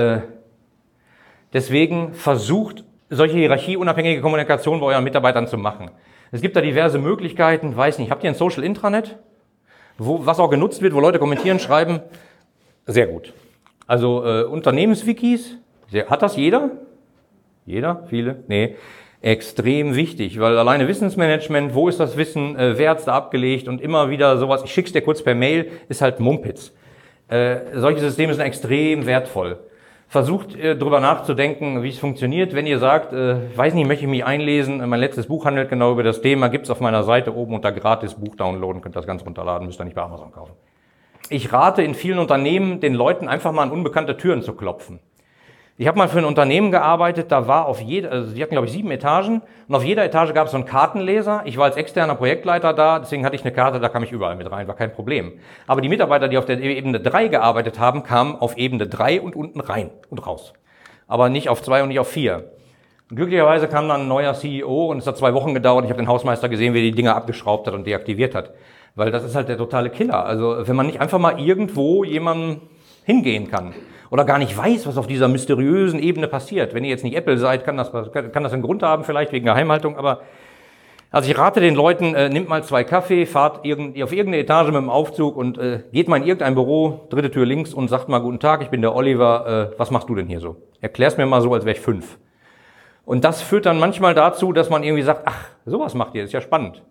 deswegen versucht, solche hierarchieunabhängige Kommunikation bei euren Mitarbeitern zu machen. Es gibt da diverse Möglichkeiten, weiß nicht, habt ihr ein Social Intranet, was auch genutzt wird, wo Leute kommentieren, schreiben? Sehr gut. Also Unternehmenswikis, hat das jeder? Jeder? Viele? Nee. Extrem wichtig, weil alleine Wissensmanagement, wo ist das Wissen, wer hat's da abgelegt und immer wieder sowas, ich schick's dir kurz per Mail, ist halt Mumpitz. Solche Systeme sind extrem wertvoll. Versucht drüber nachzudenken, wie es funktioniert. Wenn ihr sagt, ich weiß nicht, möchte ich mich einlesen, mein letztes Buch handelt genau über das Thema, gibt's auf meiner Seite oben unter gratis Buch downloaden, könnt das ganz runterladen, müsst ihr nicht bei Amazon kaufen. Ich rate in vielen Unternehmen, den Leuten einfach mal an unbekannte Türen zu klopfen. Ich habe mal für ein Unternehmen gearbeitet, da war die hatten glaube ich 7 Etagen und auf jeder Etage gab es so einen Kartenleser. Ich war als externer Projektleiter da, deswegen hatte ich eine Karte, da kam ich überall mit rein, war kein Problem. Aber die Mitarbeiter, die auf der Ebene 3 gearbeitet haben, kamen auf Ebene 3 und unten rein und raus. Aber nicht auf 2 und nicht auf 4. Und glücklicherweise kam dann ein neuer CEO und es hat 2 Wochen gedauert. Ich habe den Hausmeister gesehen, wie er die Dinger abgeschraubt hat und deaktiviert hat. Weil das ist halt der totale Killer. Also wenn man nicht einfach mal irgendwo jemandem hingehen kann oder gar nicht weiß, was auf dieser mysteriösen Ebene passiert. Wenn ihr jetzt nicht Apple seid, kann das einen Grund haben, vielleicht wegen Geheimhaltung, aber also ich rate den Leuten, nehmt mal 2 Kaffee, fahrt auf irgendeine Etage mit dem Aufzug und geht mal in irgendein Büro, 3. Tür links und sagt mal, guten Tag, ich bin der Oliver, was machst du denn hier so? Erklär's mir mal so, als wäre ich 5. Und das führt dann manchmal dazu, dass man irgendwie sagt, ach, sowas macht ihr, ist ja spannend.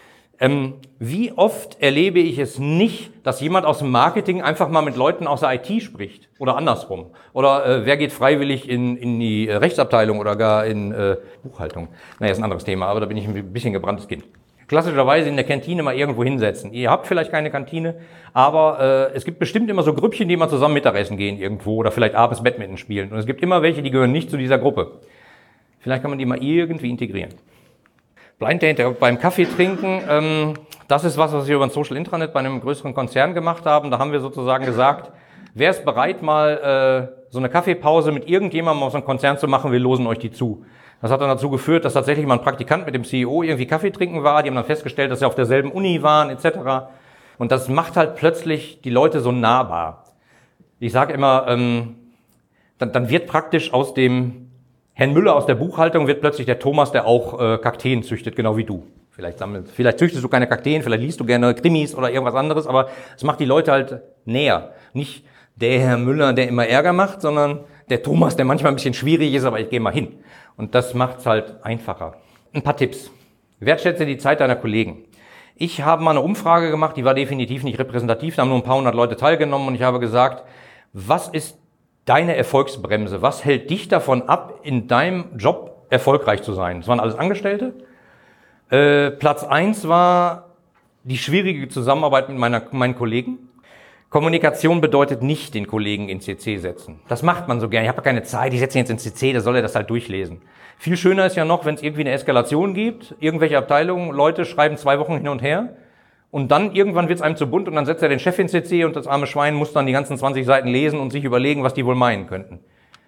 Wie oft erlebe ich es nicht, dass jemand aus dem Marketing einfach mal mit Leuten aus der IT spricht oder andersrum? Oder wer geht freiwillig in die Rechtsabteilung oder gar in Buchhaltung? Naja, ist ein anderes Thema, aber da bin ich ein bisschen gebranntes Kind. Klassischerweise in der Kantine mal irgendwo hinsetzen. Ihr habt vielleicht keine Kantine, aber es gibt bestimmt immer so Grüppchen, die mal zusammen Mittagessen gehen irgendwo oder vielleicht abends Badminton spielen. Und es gibt immer welche, die gehören nicht zu dieser Gruppe. Vielleicht kann man die mal irgendwie integrieren. Blind Date beim Kaffee trinken, das ist was wir über ein Social Intranet bei einem größeren Konzern gemacht haben. Da haben wir sozusagen gesagt, wer ist bereit, mal so eine Kaffeepause mit irgendjemandem aus einem Konzern zu machen, wir losen euch die zu. Das hat dann dazu geführt, dass tatsächlich mal ein Praktikant mit dem CEO irgendwie Kaffee trinken war. Die haben dann festgestellt, dass sie auf derselben Uni waren etc. Und das macht halt plötzlich die Leute so nahbar. Ich sage immer, dann wird praktisch aus dem Herrn Müller aus der Buchhaltung wird plötzlich der Thomas, der auch Kakteen züchtet, genau wie du. Vielleicht züchtest du keine Kakteen, vielleicht liest du gerne Krimis oder irgendwas anderes, aber es macht die Leute halt näher. Nicht der Herr Müller, der immer Ärger macht, sondern der Thomas, der manchmal ein bisschen schwierig ist, aber ich gehe mal hin. Und das macht's halt einfacher. Ein paar Tipps. Wertschätze die Zeit deiner Kollegen. Ich habe mal eine Umfrage gemacht, die war definitiv nicht repräsentativ, da haben nur ein paar hundert Leute teilgenommen und ich habe gesagt, was ist deine Erfolgsbremse? Was hält dich davon ab, in deinem Job erfolgreich zu sein? Das waren alles Angestellte. Platz 1 war die schwierige Zusammenarbeit mit meinen Kollegen. Kommunikation bedeutet nicht den Kollegen in CC setzen. Das macht man so gerne. Ich habe keine Zeit, ich setze ihn jetzt in CC, da soll er das halt durchlesen. Viel schöner ist ja noch, wenn es irgendwie eine Eskalation gibt, irgendwelche Abteilungen, Leute schreiben 2 Wochen hin und her. Und dann irgendwann wird es einem zu bunt und dann setzt er den Chef in CC und das arme Schwein muss dann die ganzen 20 Seiten lesen und sich überlegen, was die wohl meinen könnten.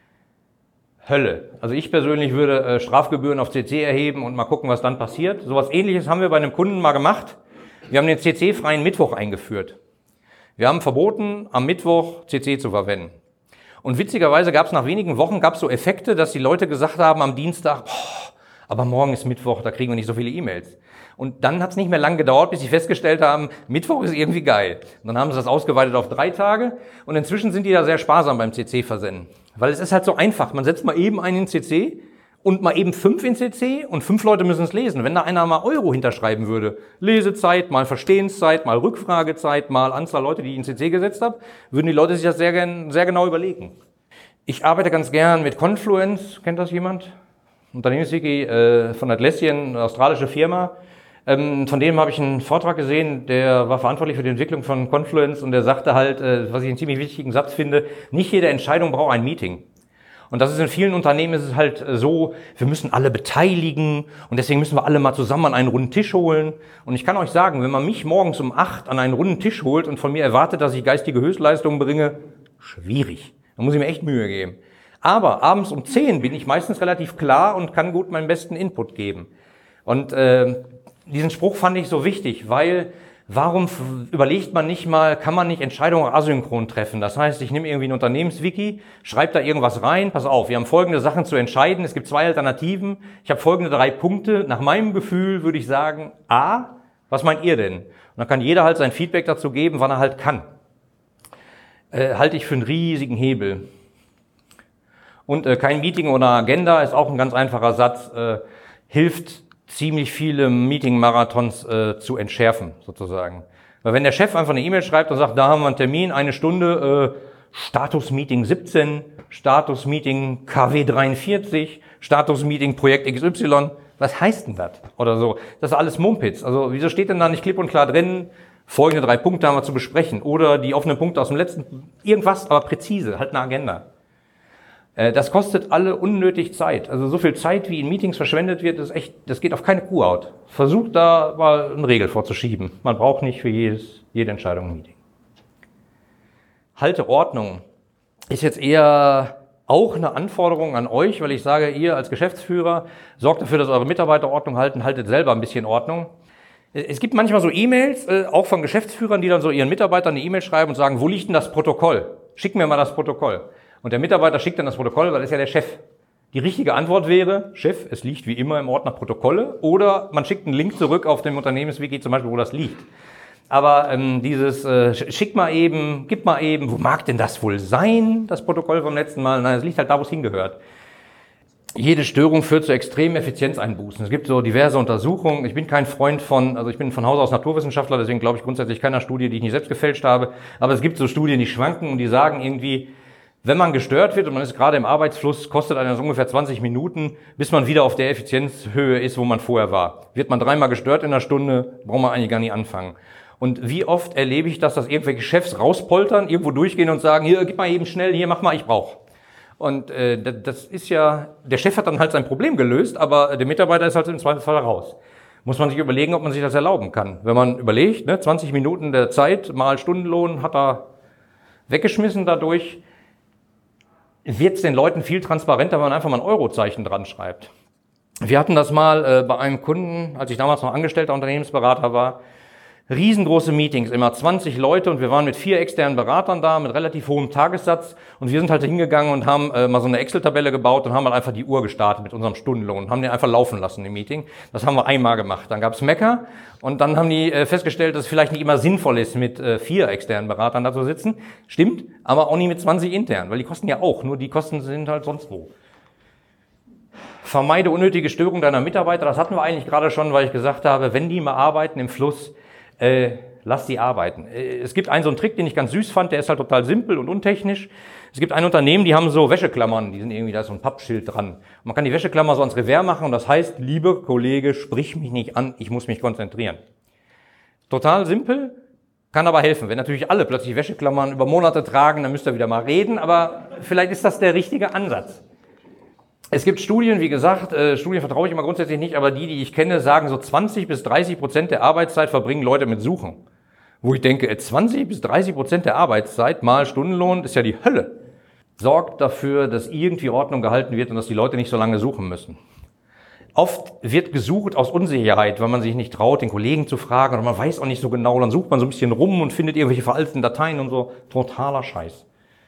Hölle. Also ich persönlich würde Strafgebühren auf CC erheben und mal gucken, was dann passiert. Sowas Ähnliches haben wir bei einem Kunden mal gemacht. Wir haben den CC-freien Mittwoch eingeführt. Wir haben verboten, am Mittwoch CC zu verwenden. Und witzigerweise gab es nach wenigen Wochen so Effekte, dass die Leute gesagt haben am Dienstag, aber morgen ist Mittwoch, da kriegen wir nicht so viele E-Mails. Und dann hat es nicht mehr lange gedauert, bis sie festgestellt haben, Mittwoch ist irgendwie geil. Und dann haben sie das ausgeweitet auf 3 Tage. Und inzwischen sind die da sehr sparsam beim CC-Versenden. Weil es ist halt so einfach. Man setzt mal eben einen in CC und mal eben 5 in CC und 5 Leute müssen es lesen. Wenn da einer mal Euro hinterschreiben würde, Lesezeit, mal Verstehenszeit, mal Rückfragezeit, mal Anzahl Leute, die ich in CC gesetzt habe, würden die Leute sich das sehr genau überlegen. Ich arbeite ganz gern mit Confluence. Kennt das jemand? Unternehmenswiki von Atlassian, eine australische Firma. Von dem habe ich einen Vortrag gesehen, der war verantwortlich für die Entwicklung von Confluence und der sagte halt, was ich einen ziemlich wichtigen Satz finde, nicht jede Entscheidung braucht ein Meeting. Und das ist in vielen Unternehmen ist es halt so, wir müssen alle beteiligen und deswegen müssen wir alle mal zusammen an einen runden Tisch holen. Und ich kann euch sagen, wenn man mich morgens um 8 an einen runden Tisch holt und von mir erwartet, dass ich geistige Höchstleistungen bringe, schwierig. Da muss ich mir echt Mühe geben. Aber abends um 10 bin ich meistens relativ klar und kann gut meinen besten Input geben. Und diesen Spruch fand ich so wichtig, weil warum überlegt man nicht mal, kann man nicht Entscheidungen asynchron treffen? Das heißt, ich nehme irgendwie ein Unternehmenswiki, schreibe da irgendwas rein, pass auf, wir haben folgende Sachen zu entscheiden, es gibt 2 Alternativen, ich habe folgende 3 Punkte. Nach meinem Gefühl würde ich sagen, A, was meint ihr denn? Und dann kann jeder halt sein Feedback dazu geben, wann er halt kann. Halte ich für einen riesigen Hebel. Und kein Meeting oder Agenda ist auch ein ganz einfacher Satz, hilft ziemlich viele Meeting-Marathons zu entschärfen, sozusagen. Weil wenn der Chef einfach eine E-Mail schreibt und sagt, da haben wir einen Termin, 1 Stunde, Status-Meeting 17, Status-Meeting KW 43, Status-Meeting Projekt XY. Was heißt denn das? Oder so. Das ist alles Mumpitz. Also wieso steht denn da nicht klipp und klar drin, folgende 3 Punkte haben wir zu besprechen oder die offenen Punkte aus dem letzten, irgendwas, aber präzise, halt eine Agenda. Das kostet alle unnötig Zeit. Also so viel Zeit, wie in Meetings verschwendet wird, ist echt, das geht auf keine Kuhhaut. Versucht da mal eine Regel vorzuschieben. Man braucht nicht für jede Entscheidung ein Meeting. Halte Ordnung ist jetzt eher auch eine Anforderung an euch, weil ich sage, ihr als Geschäftsführer sorgt dafür, dass eure Mitarbeiter Ordnung halten, haltet selber ein bisschen Ordnung. Es gibt manchmal so E-Mails, auch von Geschäftsführern, die dann so ihren Mitarbeitern eine E-Mail schreiben und sagen, wo liegt denn das Protokoll? Schick mir mal das Protokoll. Und der Mitarbeiter schickt dann das Protokoll, weil das ist ja der Chef. Die richtige Antwort wäre, Chef, es liegt wie immer im Ordner Protokolle, oder man schickt einen Link zurück auf dem Unternehmenswiki zum Beispiel, wo das liegt. Aber schick mal eben, gib mal eben, wo mag denn das wohl sein, das Protokoll vom letzten Mal? Nein, es liegt halt da, wo es hingehört. Jede Störung führt zu extremen Effizienzeinbußen. Es gibt so diverse Untersuchungen. Ich bin kein Freund ich bin von Haus aus Naturwissenschaftler, deswegen glaube ich grundsätzlich keiner Studie, die ich nicht selbst gefälscht habe. Aber es gibt so Studien, die schwanken und die sagen irgendwie, wenn man gestört wird und man ist gerade im Arbeitsfluss, kostet einen das ungefähr 20 Minuten, bis man wieder auf der Effizienzhöhe ist, wo man vorher war. Wird man 3-mal gestört in einer Stunde, braucht man eigentlich gar nicht anfangen. Und wie oft erlebe ich das, dass irgendwelche Chefs rauspoltern, irgendwo durchgehen und sagen, hier, gib mal eben schnell, hier, mach mal, ich brauch. Und das ist ja, der Chef hat dann halt sein Problem gelöst, aber der Mitarbeiter ist halt im Zweifelsfall raus. Muss man sich überlegen, ob man sich das erlauben kann. Wenn man überlegt, 20 Minuten der Zeit mal Stundenlohn hat er weggeschmissen dadurch, wird es den Leuten viel transparenter, wenn man einfach mal ein Eurozeichen dran schreibt. Wir hatten das mal bei einem Kunden, als ich damals noch angestellter Unternehmensberater war, riesengroße Meetings, immer 20 Leute und wir waren mit 4 externen Beratern da, mit relativ hohem Tagessatz und wir sind halt hingegangen und haben mal so eine Excel-Tabelle gebaut und haben halt einfach die Uhr gestartet mit unserem Stundenlohn, haben den einfach laufen lassen im Meeting. Das haben wir einmal gemacht. Dann gab's Mecker und dann haben die festgestellt, dass es vielleicht nicht immer sinnvoll ist, mit 4 externen Beratern da zu sitzen. Stimmt, aber auch nicht mit 20 intern, weil die kosten ja auch, nur die Kosten sind halt sonst wo. Vermeide unnötige Störung deiner Mitarbeiter, das hatten wir eigentlich gerade schon, weil ich gesagt habe, wenn die mal arbeiten im Fluss, lass die arbeiten. Es gibt so einen Trick, den ich ganz süß fand, der ist halt total simpel und untechnisch. Es gibt ein Unternehmen, die haben so Wäscheklammern, die sind irgendwie, da ist so ein Pappschild dran. Und man kann die Wäscheklammer so ans Revers machen und das heißt, lieber Kollege, sprich mich nicht an, ich muss mich konzentrieren. Total simpel, kann aber helfen. Wenn natürlich alle plötzlich Wäscheklammern über Monate tragen, dann müsst ihr wieder mal reden, aber vielleicht ist das der richtige Ansatz. Es gibt Studien, wie gesagt, Studien vertraue ich immer grundsätzlich nicht, aber die ich kenne, sagen so 20-30% der Arbeitszeit verbringen Leute mit Suchen. Wo ich denke, 20-30% der Arbeitszeit mal Stundenlohn ist ja die Hölle. Sorgt dafür, dass irgendwie Ordnung gehalten wird und dass die Leute nicht so lange suchen müssen. Oft wird gesucht aus Unsicherheit, weil man sich nicht traut, den Kollegen zu fragen oder man weiß auch nicht so genau, dann sucht man so ein bisschen rum und findet irgendwelche veralteten Dateien und so. Totaler Scheiß.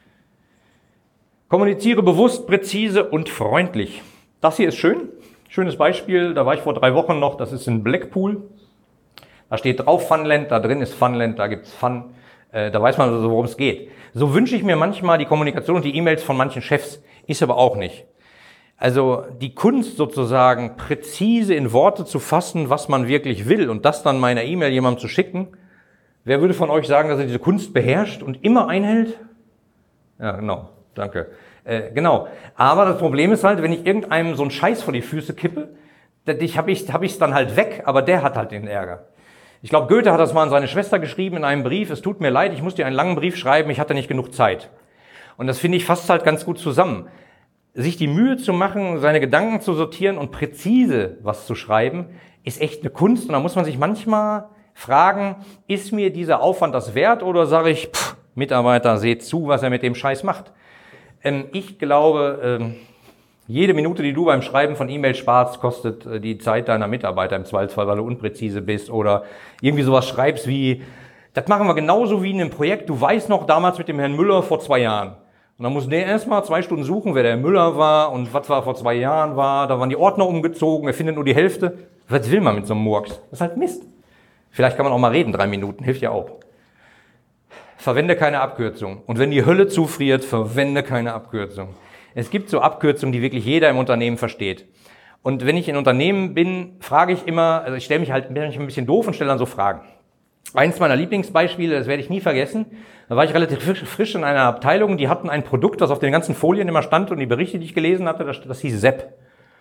Kommuniziere bewusst, präzise und freundlich. Das hier ist schön. Schönes Beispiel, da war ich vor 3 Wochen noch, das ist in Blackpool. Da steht drauf Funland, da drin ist Funland, da gibt's Fun. Da weiß man also, worum es geht. So wünsche ich mir manchmal die Kommunikation und die E-Mails von manchen Chefs, ist aber auch nicht. Also die Kunst sozusagen, präzise in Worte zu fassen, was man wirklich will und das dann meiner E-Mail jemandem zu schicken. Wer würde von euch sagen, dass er diese Kunst beherrscht und immer einhält? Ja, genau. Danke. Genau. Aber das Problem ist halt, wenn ich irgendeinem so einen Scheiß vor die Füße kippe, hab ich's dann halt weg, aber der hat halt den Ärger. Ich glaube, Goethe hat das mal an seine Schwester geschrieben in einem Brief, es tut mir leid, ich muss dir einen langen Brief schreiben, ich hatte nicht genug Zeit. Und das finde ich fasst halt ganz gut zusammen. Sich die Mühe zu machen, seine Gedanken zu sortieren und präzise was zu schreiben, ist echt eine Kunst. Und da muss man sich manchmal fragen, ist mir dieser Aufwand das wert oder sage ich, Mitarbeiter, seht zu, was er mit dem Scheiß macht. Ich glaube, jede Minute, die du beim Schreiben von E-Mails sparst, kostet die Zeit deiner Mitarbeiter im Zweifelsfall, weil du unpräzise bist oder irgendwie sowas schreibst wie, das machen wir genauso wie in einem Projekt, du weißt noch damals mit dem Herrn Müller vor 2 Jahren. Und dann muss der erstmal 2 Stunden suchen, wer der Herr Müller war und was war vor 2 Jahren war, da waren die Ordner umgezogen, er findet nur die Hälfte. Was will man mit so einem Murks? Das ist halt Mist. Vielleicht kann man auch mal reden, 3 Minuten, hilft ja auch. Verwende keine Abkürzung. Und wenn die Hölle zufriert, verwende keine Abkürzung. Es gibt so Abkürzungen, die wirklich jeder im Unternehmen versteht. Und wenn ich in Unternehmen bin, frage ich immer, also ich stelle mich halt ein bisschen doof und stelle dann so Fragen. Eins meiner Lieblingsbeispiele, das werde ich nie vergessen, da war ich relativ frisch in einer Abteilung, die hatten ein Produkt, das auf den ganzen Folien immer stand und die Berichte, die ich gelesen hatte, das hieß SEP.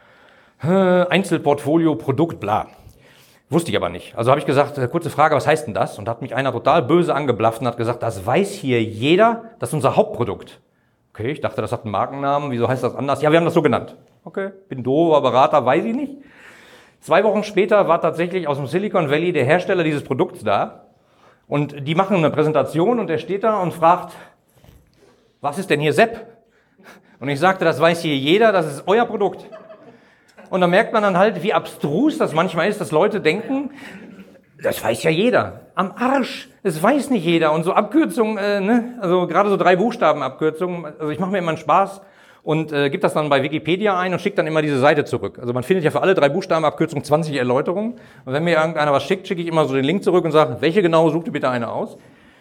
Einzelportfolio, Produkt, bla. Wusste ich aber nicht. Also habe ich gesagt, kurze Frage, was heißt denn das? Und da hat mich einer total böse angeblafft und hat gesagt, das weiß hier jeder, das ist unser Hauptprodukt. Okay, ich dachte, das hat einen Markennamen, wieso heißt das anders? Ja, wir haben das so genannt. Okay, bin doofer Berater, weiß ich nicht. 2 Wochen später war tatsächlich aus dem Silicon Valley der Hersteller dieses Produkts da und die machen eine Präsentation und der steht da und fragt, was ist denn hier SEP? Und ich sagte, das weiß hier jeder, das ist euer Produkt. Und da merkt man dann halt, wie abstrus das manchmal ist, dass Leute denken, das weiß ja jeder. Am Arsch, das weiß nicht jeder. Und so Abkürzungen, also gerade so 3 Buchstaben-Abkürzungen, also ich mache mir immer einen Spaß und gebe das dann bei Wikipedia ein und schicke dann immer diese Seite zurück. Also man findet ja für alle 3 Buchstabenabkürzungen 20 Erläuterungen. Und wenn mir irgendeiner was schickt, schicke ich immer so den Link zurück und sage, welche genau, such dir bitte eine aus.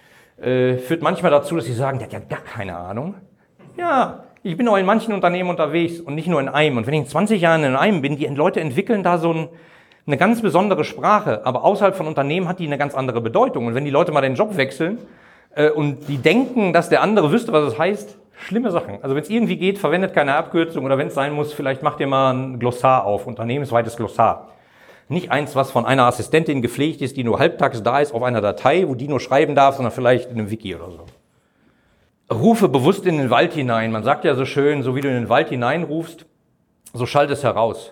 Führt manchmal dazu, dass sie sagen, der hat ja gar keine Ahnung. Ja, ich bin auch in manchen Unternehmen unterwegs und nicht nur in einem. Und wenn ich in 20 Jahren in einem bin, die Leute entwickeln da so eine ganz besondere Sprache. Aber außerhalb von Unternehmen hat die eine ganz andere Bedeutung. Und wenn die Leute mal den Job wechseln und die denken, dass der andere wüsste, was es heißt, schlimme Sachen. Also wenn es irgendwie geht, verwendet keine Abkürzung oder wenn es sein muss, vielleicht macht ihr mal ein Glossar auf, unternehmensweites Glossar. Nicht eins, was von einer Assistentin gepflegt ist, die nur halbtags da ist auf einer Datei, wo die nur schreiben darf, sondern vielleicht in einem Wiki oder so. Rufe bewusst in den Wald hinein. Man sagt ja so schön, so wie du in den Wald hineinrufst, so schallt es heraus.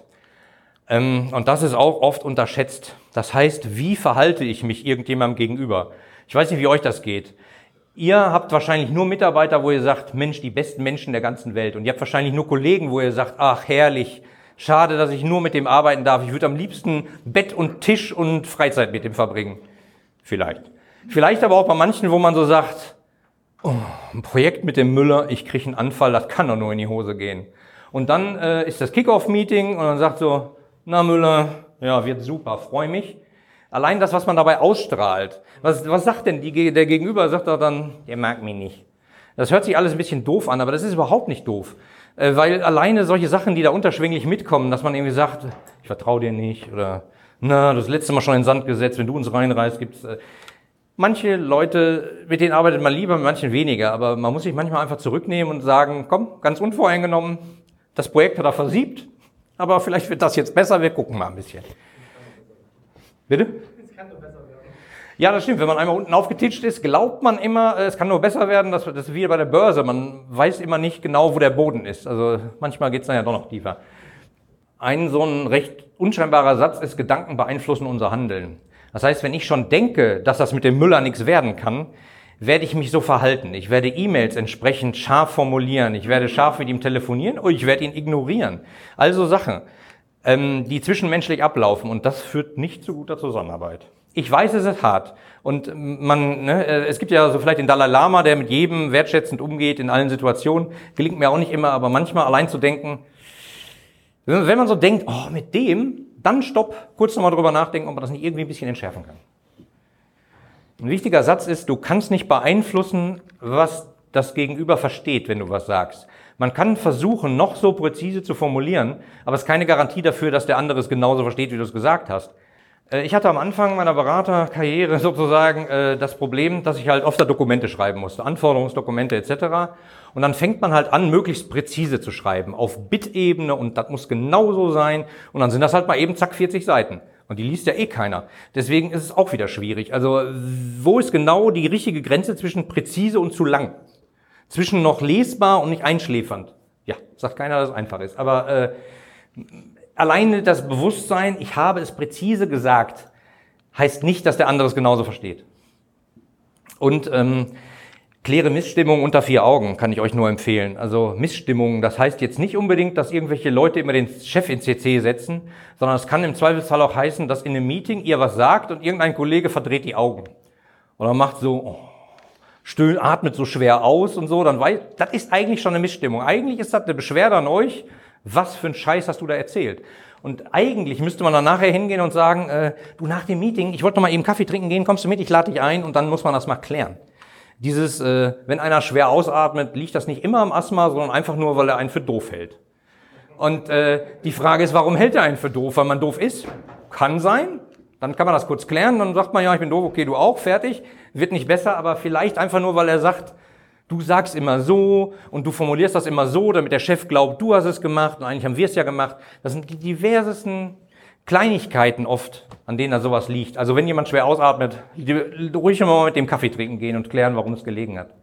Und das ist auch oft unterschätzt. Das heißt, wie verhalte ich mich irgendjemandem gegenüber? Ich weiß nicht, wie euch das geht. Ihr habt wahrscheinlich nur Mitarbeiter, wo ihr sagt, Mensch, die besten Menschen der ganzen Welt. Und ihr habt wahrscheinlich nur Kollegen, wo ihr sagt, ach, herrlich, schade, dass ich nur mit dem arbeiten darf. Ich würde am liebsten Bett und Tisch und Freizeit mit dem verbringen. Vielleicht. Vielleicht aber auch bei manchen, wo man so sagt, oh, ein Projekt mit dem Müller, ich kriege einen Anfall, das kann doch nur in die Hose gehen. Und dann ist das Kick-Off-Meeting und dann sagt so, na Müller, ja, wird super, freue mich. Allein das, was man dabei ausstrahlt. Was sagt denn der Gegenüber? Sagt er dann, der mag mich nicht. Das hört sich alles ein bisschen doof an, aber das ist überhaupt nicht doof. Weil alleine solche Sachen, die da unterschwänglich mitkommen, dass man irgendwie sagt, ich vertraue dir nicht oder na, das letzte Mal schon in den Sand gesetzt, wenn du uns reinreißt, gibt's manche Leute, mit denen arbeitet man lieber, mit manchen weniger, aber man muss sich manchmal einfach zurücknehmen und sagen, komm, ganz unvoreingenommen, das Projekt hat er versiebt, aber vielleicht wird das jetzt besser, wir gucken mal ein bisschen. Bitte? Es kann nur besser werden. Ja, das stimmt. Wenn man einmal unten aufgetitscht ist, glaubt man immer, es kann nur besser werden. Das ist wie bei der Börse. Man weiß immer nicht genau, wo der Boden ist. Also manchmal geht es dann ja doch noch tiefer. Ein so ein recht unscheinbarer Satz ist, Gedanken beeinflussen unser Handeln. Das heißt, wenn ich schon denke, dass das mit dem Müller nichts werden kann, werde ich mich so verhalten. Ich werde E-Mails entsprechend scharf formulieren. Ich werde scharf mit ihm telefonieren oder ich werde ihn ignorieren. Also Sachen, die zwischenmenschlich ablaufen und das führt nicht zu guter Zusammenarbeit. Ich weiß, es ist hart und es gibt ja so vielleicht den Dalai Lama, der mit jedem wertschätzend umgeht in allen Situationen. Gelingt mir auch nicht immer, aber manchmal allein zu denken, wenn man so denkt, oh, mit dem, dann stopp, kurz nochmal drüber nachdenken, ob man das nicht irgendwie ein bisschen entschärfen kann. Ein wichtiger Satz ist, du kannst nicht beeinflussen, was das Gegenüber versteht, wenn du was sagst. Man kann versuchen, noch so präzise zu formulieren, aber es ist keine Garantie dafür, dass der andere es genauso versteht, wie du es gesagt hast. Ich hatte am Anfang meiner Beraterkarriere sozusagen das Problem, dass ich halt oft Dokumente schreiben musste, Anforderungsdokumente etc. Und dann fängt man halt an, möglichst präzise zu schreiben, auf Bit-Ebene und das muss genauso sein. Und dann sind das halt mal eben zack 40 Seiten. Und die liest ja eh keiner. Deswegen ist es auch wieder schwierig. Also wo ist genau die richtige Grenze zwischen präzise und zu lang? Zwischen noch lesbar und nicht einschläfernd. Ja, sagt keiner, dass es einfach ist. Aber alleine das Bewusstsein, ich habe es präzise gesagt, heißt nicht, dass der andere es genauso versteht. Und kläre Missstimmung unter 4 Augen, kann ich euch nur empfehlen. Also Missstimmung, das heißt jetzt nicht unbedingt, dass irgendwelche Leute immer den Chef in CC setzen, sondern es kann im Zweifelsfall auch heißen, dass in einem Meeting ihr was sagt und irgendein Kollege verdreht die Augen. Oder macht so, atmet so schwer aus und so, dann weiß, das ist eigentlich schon eine Missstimmung. Eigentlich ist das eine Beschwerde an euch, was für ein Scheiß hast du da erzählt? Und eigentlich müsste man dann nachher hingehen und sagen, du nach dem Meeting, ich wollte noch mal eben Kaffee trinken gehen, kommst du mit, ich lade dich ein und dann muss man das mal klären. Dieses, wenn einer schwer ausatmet, liegt das nicht immer am Asthma, sondern einfach nur, weil er einen für doof hält. Und die Frage ist, warum hält er einen für doof? Weil man doof ist? Kann sein. Dann kann man das kurz klären, dann sagt man, ja, ich bin doof, okay, du auch, fertig. Wird nicht besser, aber vielleicht einfach nur, weil er sagt, du sagst immer so und du formulierst das immer so, damit der Chef glaubt, du hast es gemacht und eigentlich haben wir es ja gemacht. Das sind die diversesten Kleinigkeiten oft, an denen da sowas liegt. Also wenn jemand schwer ausatmet, ruhig mal mit dem Kaffee trinken gehen und klären, warum es gelegen hat.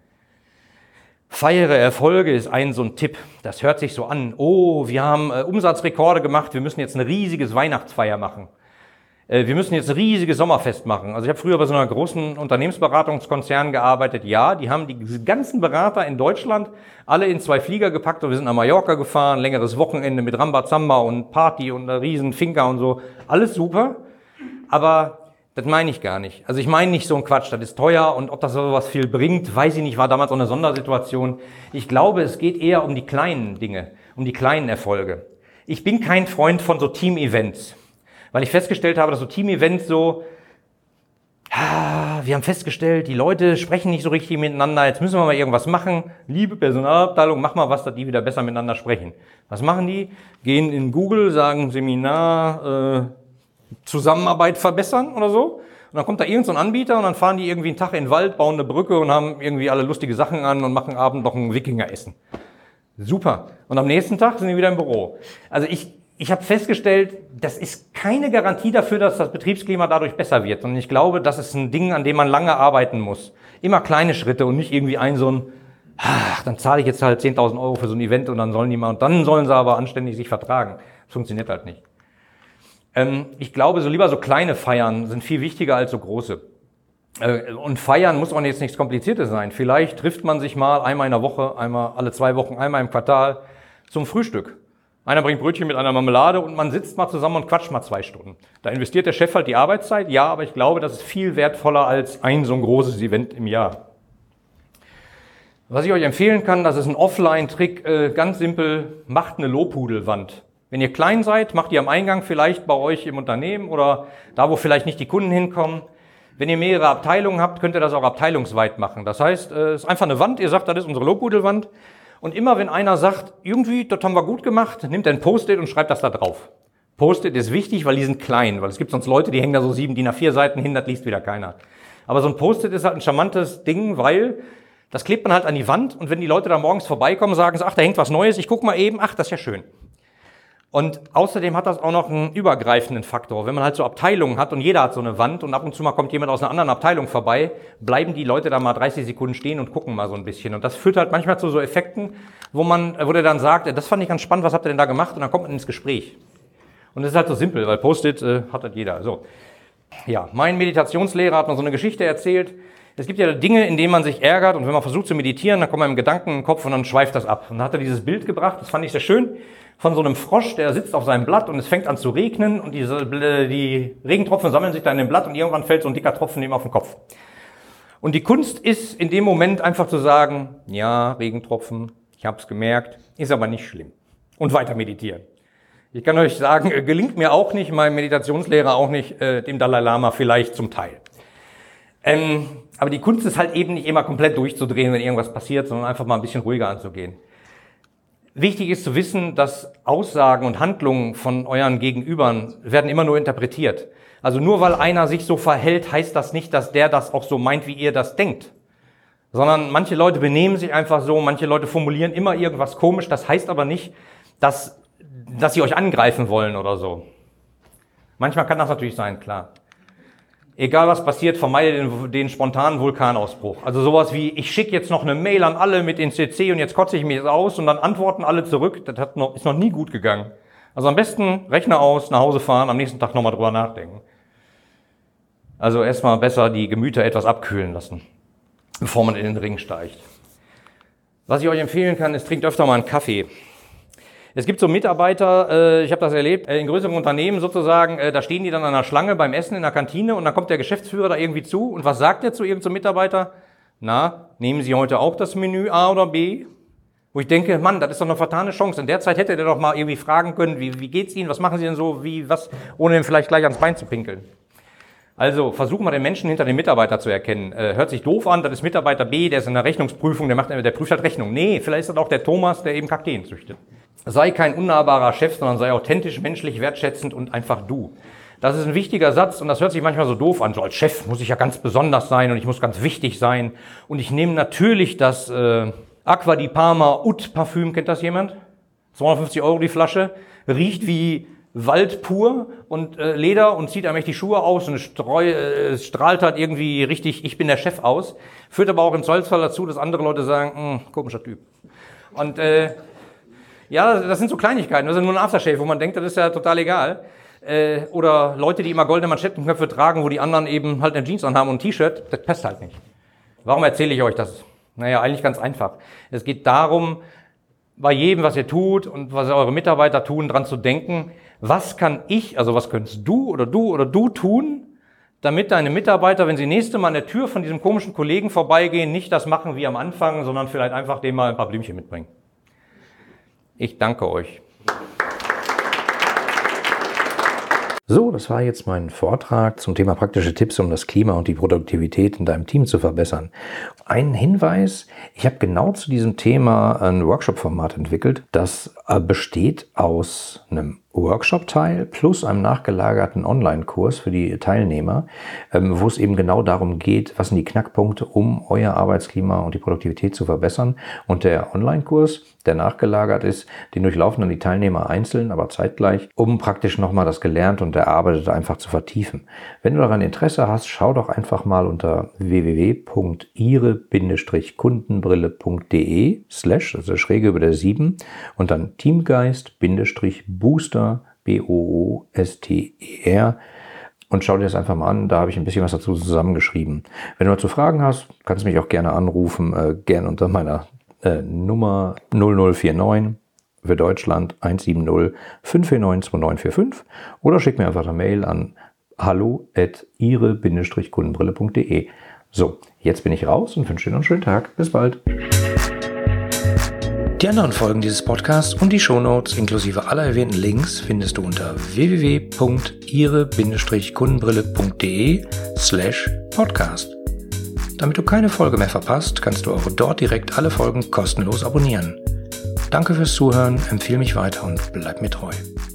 Feiere Erfolge ist so ein Tipp. Das hört sich so an. Oh, wir haben Umsatzrekorde gemacht, wir müssen jetzt ein riesiges Weihnachtsfeier machen. Wir müssen jetzt ein riesiges Sommerfest machen. Also ich habe früher bei so einer großen Unternehmensberatungskonzern gearbeitet. Ja, die haben die ganzen Berater in Deutschland alle in 2 Flieger gepackt und wir sind nach Mallorca gefahren, längeres Wochenende mit Rambazamba und Party und einer riesen Finca und so. Alles super, aber das meine ich gar nicht. Also ich meine nicht so ein Quatsch, das ist teuer und ob das sowas viel bringt, weiß ich nicht, war damals auch eine Sondersituation. Ich glaube, es geht eher um die kleinen Dinge, um die kleinen Erfolge. Ich bin kein Freund von so Team-Events. Weil ich festgestellt habe, dass so Team-Events wir haben festgestellt, die Leute sprechen nicht so richtig miteinander, jetzt müssen wir mal irgendwas machen. Liebe Personalabteilung, mach mal was, dass die wieder besser miteinander sprechen. Was machen die? Gehen in Google, sagen Seminar, Zusammenarbeit verbessern oder so. Und dann kommt da irgend so ein Anbieter und dann fahren die irgendwie einen Tag in den Wald, bauen eine Brücke und haben irgendwie alle lustige Sachen an und machen abends noch ein Wikingeressen. Super. Und am nächsten Tag sind die wieder im Büro. Also ich habe festgestellt, das ist keine Garantie dafür, dass das Betriebsklima dadurch besser wird. Und ich glaube, das ist ein Ding, an dem man lange arbeiten muss. Immer kleine Schritte und nicht irgendwie dann zahle ich jetzt halt 10.000 Euro für so ein Event und dann sollen sie aber anständig sich vertragen. Das funktioniert halt nicht. Ich glaube, lieber so kleine Feiern sind viel wichtiger als so große. Und feiern muss auch jetzt nichts Kompliziertes sein. Vielleicht trifft man sich mal einmal in der Woche, einmal alle 2 Wochen, einmal im Quartal zum Frühstück. Einer bringt Brötchen mit einer Marmelade und man sitzt mal zusammen und quatscht mal 2 Stunden. Da investiert der Chef halt die Arbeitszeit, ja, aber ich glaube, das ist viel wertvoller als so ein großes Event im Jahr. Was ich euch empfehlen kann, das ist ein Offline-Trick, ganz simpel, macht eine Lobhudelwand. Wenn ihr klein seid, macht ihr am Eingang vielleicht bei euch im Unternehmen oder da, wo vielleicht nicht die Kunden hinkommen. Wenn ihr mehrere Abteilungen habt, könnt ihr das auch abteilungsweit machen. Das heißt, es ist einfach eine Wand, ihr sagt, das ist unsere Lobhudelwand. Und immer wenn einer sagt, irgendwie, das haben wir gut gemacht, nimmt er ein Post-it und schreibt das da drauf. Post-it ist wichtig, weil die sind klein, weil es gibt sonst Leute, die hängen da so 7 DIN A4 Seiten hin, das liest wieder keiner. Aber so ein Post-it ist halt ein charmantes Ding, weil das klebt man halt an die Wand und wenn die Leute da morgens vorbeikommen, sagen sie, ach, da hängt was Neues, ich guck mal eben, ach, das ist ja schön. Und außerdem hat das auch noch einen übergreifenden Faktor. Wenn man halt so Abteilungen hat und jeder hat so eine Wand und ab und zu mal kommt jemand aus einer anderen Abteilung vorbei, bleiben die Leute da mal 30 Sekunden stehen und gucken mal so ein bisschen. Und das führt halt manchmal zu so Effekten, wo der dann sagt, das fand ich ganz spannend, was habt ihr denn da gemacht? Und dann kommt man ins Gespräch. Und das ist halt so simpel, weil Post-it hat halt jeder. So. Ja, mein Meditationslehrer hat mir so eine Geschichte erzählt. Es gibt ja Dinge, in denen man sich ärgert und wenn man versucht zu meditieren, dann kommt man im Gedanken in den Kopf und dann schweift das ab. Und dann hat er dieses Bild gebracht, das fand ich sehr schön, von so einem Frosch, der sitzt auf seinem Blatt und es fängt an zu regnen und die Regentropfen sammeln sich da in dem Blatt und irgendwann fällt so ein dicker Tropfen ihm auf den Kopf. Und die Kunst ist in dem Moment einfach zu sagen, ja, Regentropfen, ich hab's gemerkt, ist aber nicht schlimm. Und weiter meditieren. Ich kann euch sagen, gelingt mir auch nicht, meinem Meditationslehrer auch nicht, dem Dalai Lama vielleicht zum Teil. Aber die Kunst ist halt eben nicht immer komplett durchzudrehen, wenn irgendwas passiert, sondern einfach mal ein bisschen ruhiger anzugehen. Wichtig ist zu wissen, dass Aussagen und Handlungen von euren Gegenübern werden immer nur interpretiert. Also nur weil einer sich so verhält, heißt das nicht, dass der das auch so meint, wie ihr das denkt. Sondern manche Leute benehmen sich einfach so, manche Leute formulieren immer irgendwas komisch. Das heißt aber nicht, dass sie euch angreifen wollen oder so. Manchmal kann das natürlich sein, klar. Egal was passiert, vermeide den spontanen Vulkanausbruch. Also sowas wie, ich schicke jetzt noch eine Mail an alle mit den CC und jetzt kotze ich mich aus und dann antworten alle zurück. Das ist noch nie gut gegangen. Also am besten Rechner aus, nach Hause fahren, am nächsten Tag nochmal drüber nachdenken. Also erstmal besser die Gemüter etwas abkühlen lassen, bevor man in den Ring steigt. Was ich euch empfehlen kann, ist, trinkt öfter mal einen Kaffee. Es gibt so Mitarbeiter, ich habe das erlebt, in größeren Unternehmen sozusagen, da stehen die dann an der Schlange beim Essen in der Kantine und dann kommt der Geschäftsführer da irgendwie zu und was sagt er zu irgendeinem Mitarbeiter? Na, nehmen Sie heute auch das Menü A oder B? Wo ich denke, Mann, das ist doch eine vertane Chance. In der Zeit hätte der doch mal irgendwie fragen können, wie geht's Ihnen, was machen Sie denn so, ohne ihm vielleicht gleich ans Bein zu pinkeln. Also versuchen wir den Menschen hinter dem Mitarbeiter zu erkennen. Hört sich doof an, das ist Mitarbeiter B, der ist in der Rechnungsprüfung, der prüft halt Rechnung. Nee, vielleicht ist das auch der Thomas, der eben Kakteen züchtet. Sei kein unnahbarer Chef, sondern sei authentisch, menschlich, wertschätzend und einfach du. Das ist ein wichtiger Satz und das hört sich manchmal so doof an. So als Chef muss ich ja ganz besonders sein und ich muss ganz wichtig sein. Und ich nehme natürlich das Acqua di Parma Oud Parfüm, kennt das jemand? 250 € die Flasche, riecht wie Wald pur und Leder und zieht einem echt die Schuhe aus und es strahlt halt irgendwie richtig, ich bin der Chef aus. Führt aber auch im Zweifelsfall dazu, dass andere Leute sagen, komischer Typ. Und ja, das sind so Kleinigkeiten, das ist nur ein Aftershave, wo man denkt, das ist ja total egal. Oder Leute, die immer goldene Manschettenknöpfe tragen, wo die anderen eben halt eine Jeans anhaben und ein T-Shirt, das passt halt nicht. Warum erzähle ich euch das? Naja, eigentlich ganz einfach. Es geht darum, bei jedem, was ihr tut und was eure Mitarbeiter tun, dran zu denken, was kann ich, also was könntest du oder du tun, damit deine Mitarbeiter, wenn sie nächste Mal an der Tür von diesem komischen Kollegen vorbeigehen, nicht das machen wie am Anfang, sondern vielleicht einfach dem mal ein paar Blümchen mitbringen. Ich danke euch. So, das war jetzt mein Vortrag zum Thema praktische Tipps, um das Klima und die Produktivität in deinem Team zu verbessern. Ein Hinweis, ich habe genau zu diesem Thema ein Workshop-Format entwickelt, das besteht aus einem Workshop-Teil plus einem nachgelagerten Online-Kurs für die Teilnehmer, wo es eben genau darum geht, was sind die Knackpunkte, um euer Arbeitsklima und die Produktivität zu verbessern. Und der Online-Kurs, der nachgelagert ist, den durchlaufen dann die Teilnehmer einzeln, aber zeitgleich, um praktisch nochmal das Gelernte und Erarbeitete einfach zu vertiefen. Wenn du daran Interesse hast, schau doch einfach mal unter www.ihre-kundenbrille.de / also schräge über der 7 und dann Teamgeist-Booster BOOSTER und schau dir das einfach mal an, da habe ich ein bisschen was dazu zusammengeschrieben. Wenn du dazu Fragen hast, kannst du mich auch gerne anrufen, gerne unter meiner Nummer 0049 für Deutschland 170 549 2945 oder schick mir einfach eine Mail an hallo@ihre-kundenbrille.de. So, jetzt bin ich raus und wünsche dir noch einen schönen Tag. Bis bald. Die anderen Folgen dieses Podcasts und die Shownotes inklusive aller erwähnten Links findest du unter www.ihre-kundenbrille.de/podcast. Damit du keine Folge mehr verpasst, kannst du auch dort direkt alle Folgen kostenlos abonnieren. Danke fürs Zuhören, empfehle mich weiter und bleib mir treu.